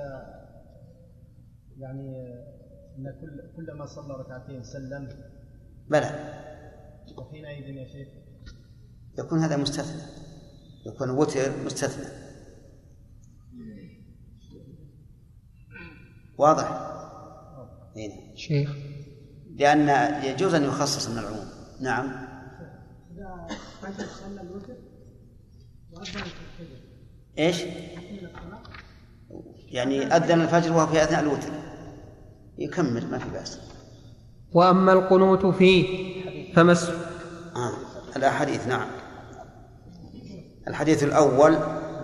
يعني أن كل كلما صلى ركعتين سلم؟ بلى. وحينئذ يا شيخ يكون هذا مستثنى، يكون وتر مستثنى. واضح؟ هنا شيخ، لأن يجوز أن يخصص من العموم. نعم. إذا فجر صلى الوتر وأذن الفجر. إيش؟ يعني أذن الفجر وهو في أثناء الوتر يكمل، ما في بأس. وأما القنوت فيه فمس آه. الأحاديث. نعم. الحديث الأول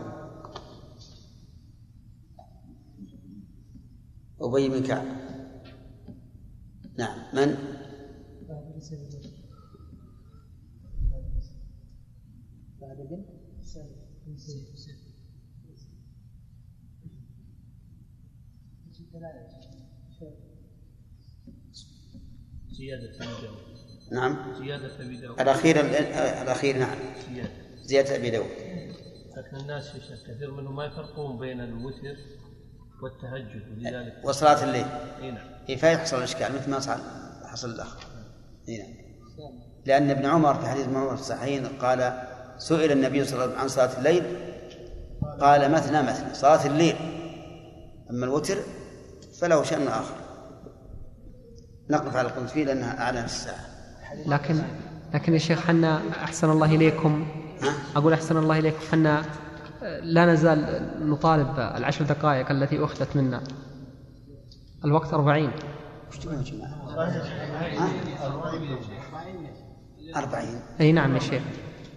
أبي بن كعب. نعم. من؟ زيادة أبي داود. نعم. زيادة أبي داود. الأخير الأخير نعم. زيادة. زيادة أبي داود. لكن الناس كثير منهم ما يفرقون بين الوتر والتهجد ولذلك وصلاة الليل. اي نعم. إيه فيحصل الإشكال مثل ما حصل الأخ. إيه نعم. لأن ابن عمر في حديث ابن عمر في الصحيحين قال سئل النبي صلى الله عليه وسلم عن صلاة الليل قال مثنى مثنى صلاة الليل، أما الوتر فله شأن آخر. نقف على القنوت فيه لأنها أعلى الساعة. لكن لكن يا شيخ حنا أحسن الله إليكم، أقول أحسن الله إليكم حنا لا نزال نطالب العشر دقائق التي أخذت منا. الوقت أربعين. أربعين. أي نعم يا شيخ.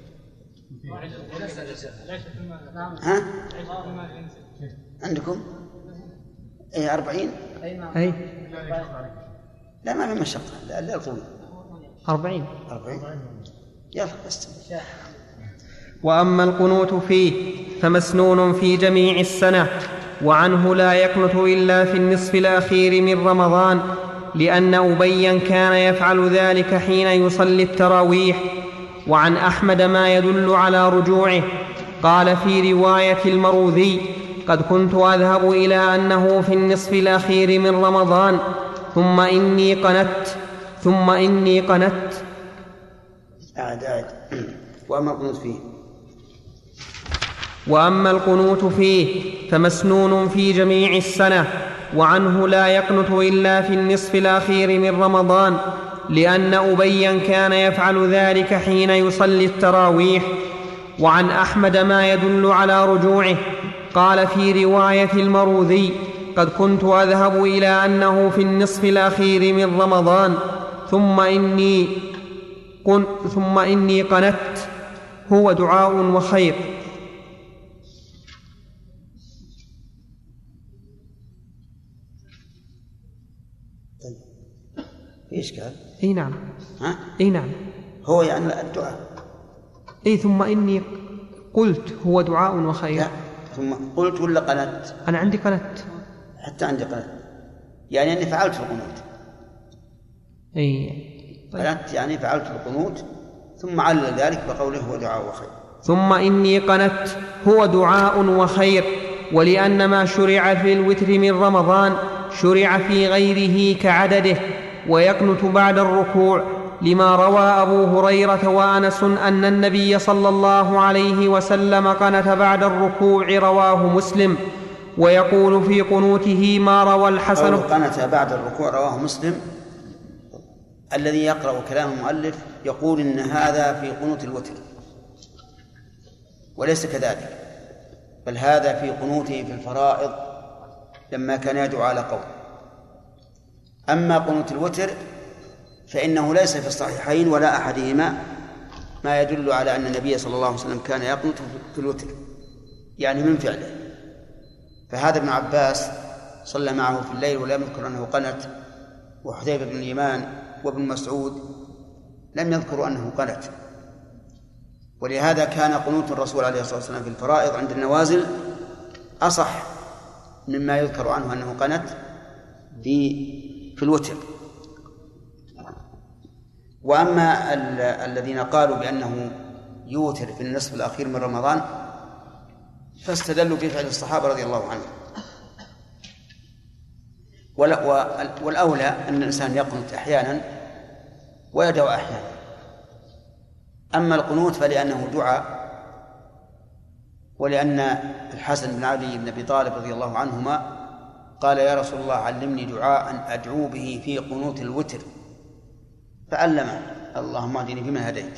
ها؟ عندكم؟ أي أربعين؟ أي. لا ما في مشقة، لا لا طويل. أربعين. أربعين. يلا بس. وأما القنوت فيه فمسنون في جميع السنة، وعنه لا يقنت إلا في النصف الأخير من رمضان، لأن أبيا كان يفعل ذلك حين يصلي التراويح. وعن أحمد ما يدل على رجوعه. قال في رواية المروذي: قد كنت أذهب إلى أنه في النصف الأخير من رمضان ثم إني قنت ثم إني قنت أعد أعد. وأما القنوت فيه وأما القنوت فيه فمسنون في جميع السنة، وعنه لا يقنت إلا في النصف الأخير من رمضان، لأن أبيا كان يفعل ذلك حين يصلي التراويح. وعن أحمد ما يدل على رجوعه. قال في رواية المروذي: قد كنت أذهب إلى أنه في النصف الأخير من رمضان ثم إني, قن ثم إني قنت هو دعاء وخير. في إشكال؟ اي نعم. ها؟ اي نعم. هو يعني الدعاء. اي ثم إني قلت هو دعاء وخير. لا. ثم قلت ولا قنت؟ أنا عندي قنت. حتى عندي قنت، يعني أني فعلت القنوت. اي طيب. قنت يعني فعلت القنوت، ثم علل ذلك بقوله هو دعاء وخير. ثم إني قنت هو دعاء وخير. ولأن ما شرع في الوتر من رمضان شرع في غيره كعدده، ويقنت بعد الركوع، لما روى أبو هريرة وأنس أن النبي صلى الله عليه وسلم قنت بعد الركوع، رواه مسلم. ويقول في قنوته ما روى الحسن. قنت بعد الركوع رواه مسلم. الذي يقرأ كلام المؤلف يقول إن هذا في قنوت الوتر، وليس كذلك، بل هذا في قنوته في الفرائض لما كان يدعو على قول. أما قنوت الوتر فإنه ليس في الصحيحين ولا أحدهما ما يدل على أن النبي صلى الله عليه وسلم كان يقنت في الوتر، يعني من فعله. فهذا ابن عباس صلى معه في الليل ولم يذكر أنه قنت، وحذيفة بن اليمان وابن مسعود لم يذكروا أنه قنت. ولهذا كان قنوت الرسول عليه الصلاة والسلام في الفرائض عند النوازل أصح مما يذكر عنه أنه قنت في في الوتر. وأما الذين قالوا بأنه يوتر في النصف الأخير من رمضان فاستدلوا بفعل الصحابة رضي الله عنهم. والأولى أن الإنسان يقنت أحيانا ويدعو أحيانا. أما القنوت فلأنه دعاء، ولأن الحسن بن علي بن أبي طالب رضي الله عنهما قال: يا رسول الله علمني دعاء أدعو به في قنوت الوتر، فعلمه: اللهم اهدني فيمن هديت.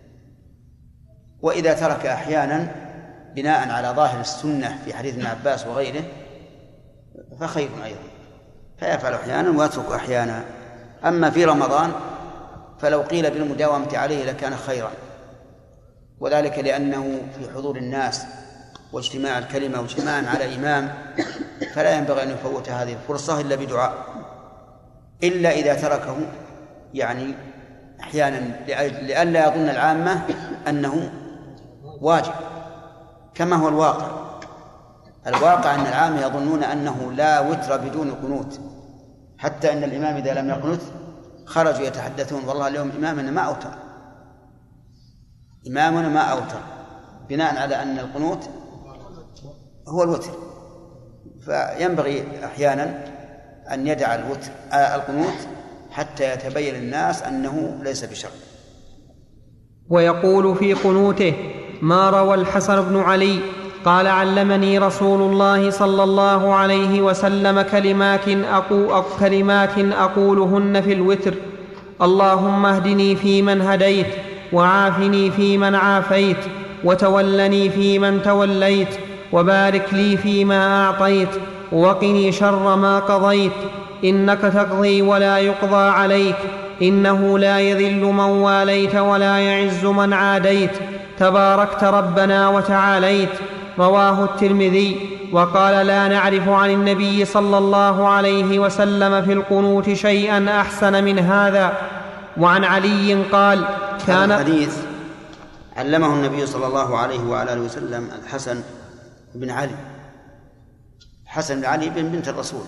وإذا ترك أحيانا بناء على ظاهر السنة في حديث ابن عباس وغيره فخير أيضا، فيفعل أحيانا ويترك أحيانا. أما في رمضان فلو قيل بالمداومة عليه لكان خيرا، وذلك لأنه في حضور الناس واجتماع الكلمة واجتماعا على إمام، فلا ينبغي أن يفوت هذه الفرصة إلا بدعاء، إلا إذا تركه يعني أحيانا لئلا يظن العامة أنه واجب، كما هو الواقع. الواقع أن العامة يظنون أنه لا وتر بدون قنوت، حتى أن الإمام إذا لم يقنت خرجوا يتحدثون: والله اليوم إمامنا ما أوتر، إمامنا ما أوتر، بناء على أن القنوت هو الوتر. فينبغي أحيانا أن يدع الوتر القنوت حتى يتبين للناس أنه ليس بشرط. ويقول في قنوته: ما روى الحسن بن علي قال: علمني رسول الله صلى الله عليه وسلم كلمات, أقو كلمات أقولهن في الوتر: اللهم اهدني فيمن هديت، وعافني فيمن عافيت، وتولني فيمن توليت، وبارك لي فيما أعطيت، وقني شر ما قضيت، إنك تقضي ولا يقضى عليك، إنه لا يذل من واليت ولا يعز من عاديت، تباركت ربنا وتعاليت. رواه الترمذي. وقال: لا نعرف عن النبي صلى الله عليه وسلم في القنوت شيئا أحسن من هذا. وعن علي قال: كان الحديث علمه النبي صلى الله عليه وعلى آله وسلم الحسن بن علي، حسن بن علي بن بنت الرسول،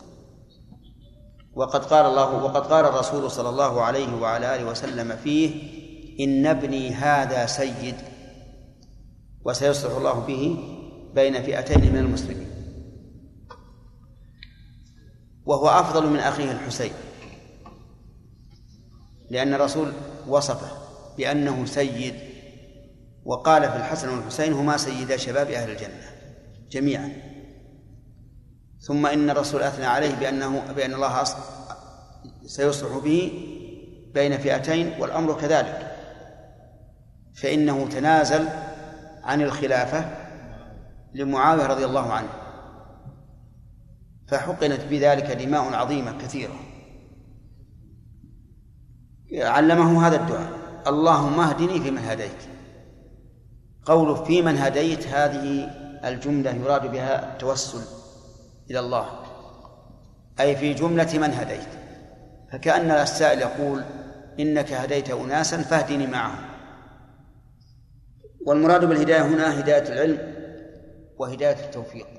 وقد قال الله وقد قال الرسول صلى الله عليه وعلى آله وسلم فيه: إن ابني هذا سيد وسيصلح الله به بين فئتين من المسلمين، وهو أفضل من أخيه الحسين، لأن الرسول وصفه بأنه سيد، وقال في الحسن والحسين: هما سيدا شباب أهل الجنة جميعا. ثم إن الرسول أثنى عليه بأنه بأن الله سيصلح به بين فئتين، والأمر كذلك، فإنه تنازل عن الخلافة لمعاوية رضي الله عنه، فحقنت بذلك دماء عظيمة كثيرة. علمه هذا الدعاء: اللهم اهدني فيمن هديت. قوله فيمن هديت هذه الجملة يراد بها التوسل إلى الله، أي في جملة من هديت، فكأن السائل يقول: إنك هديت أناسا فاهدني معهم. والمراد بالهداية هنا هداية العلم وهداية التوفيق.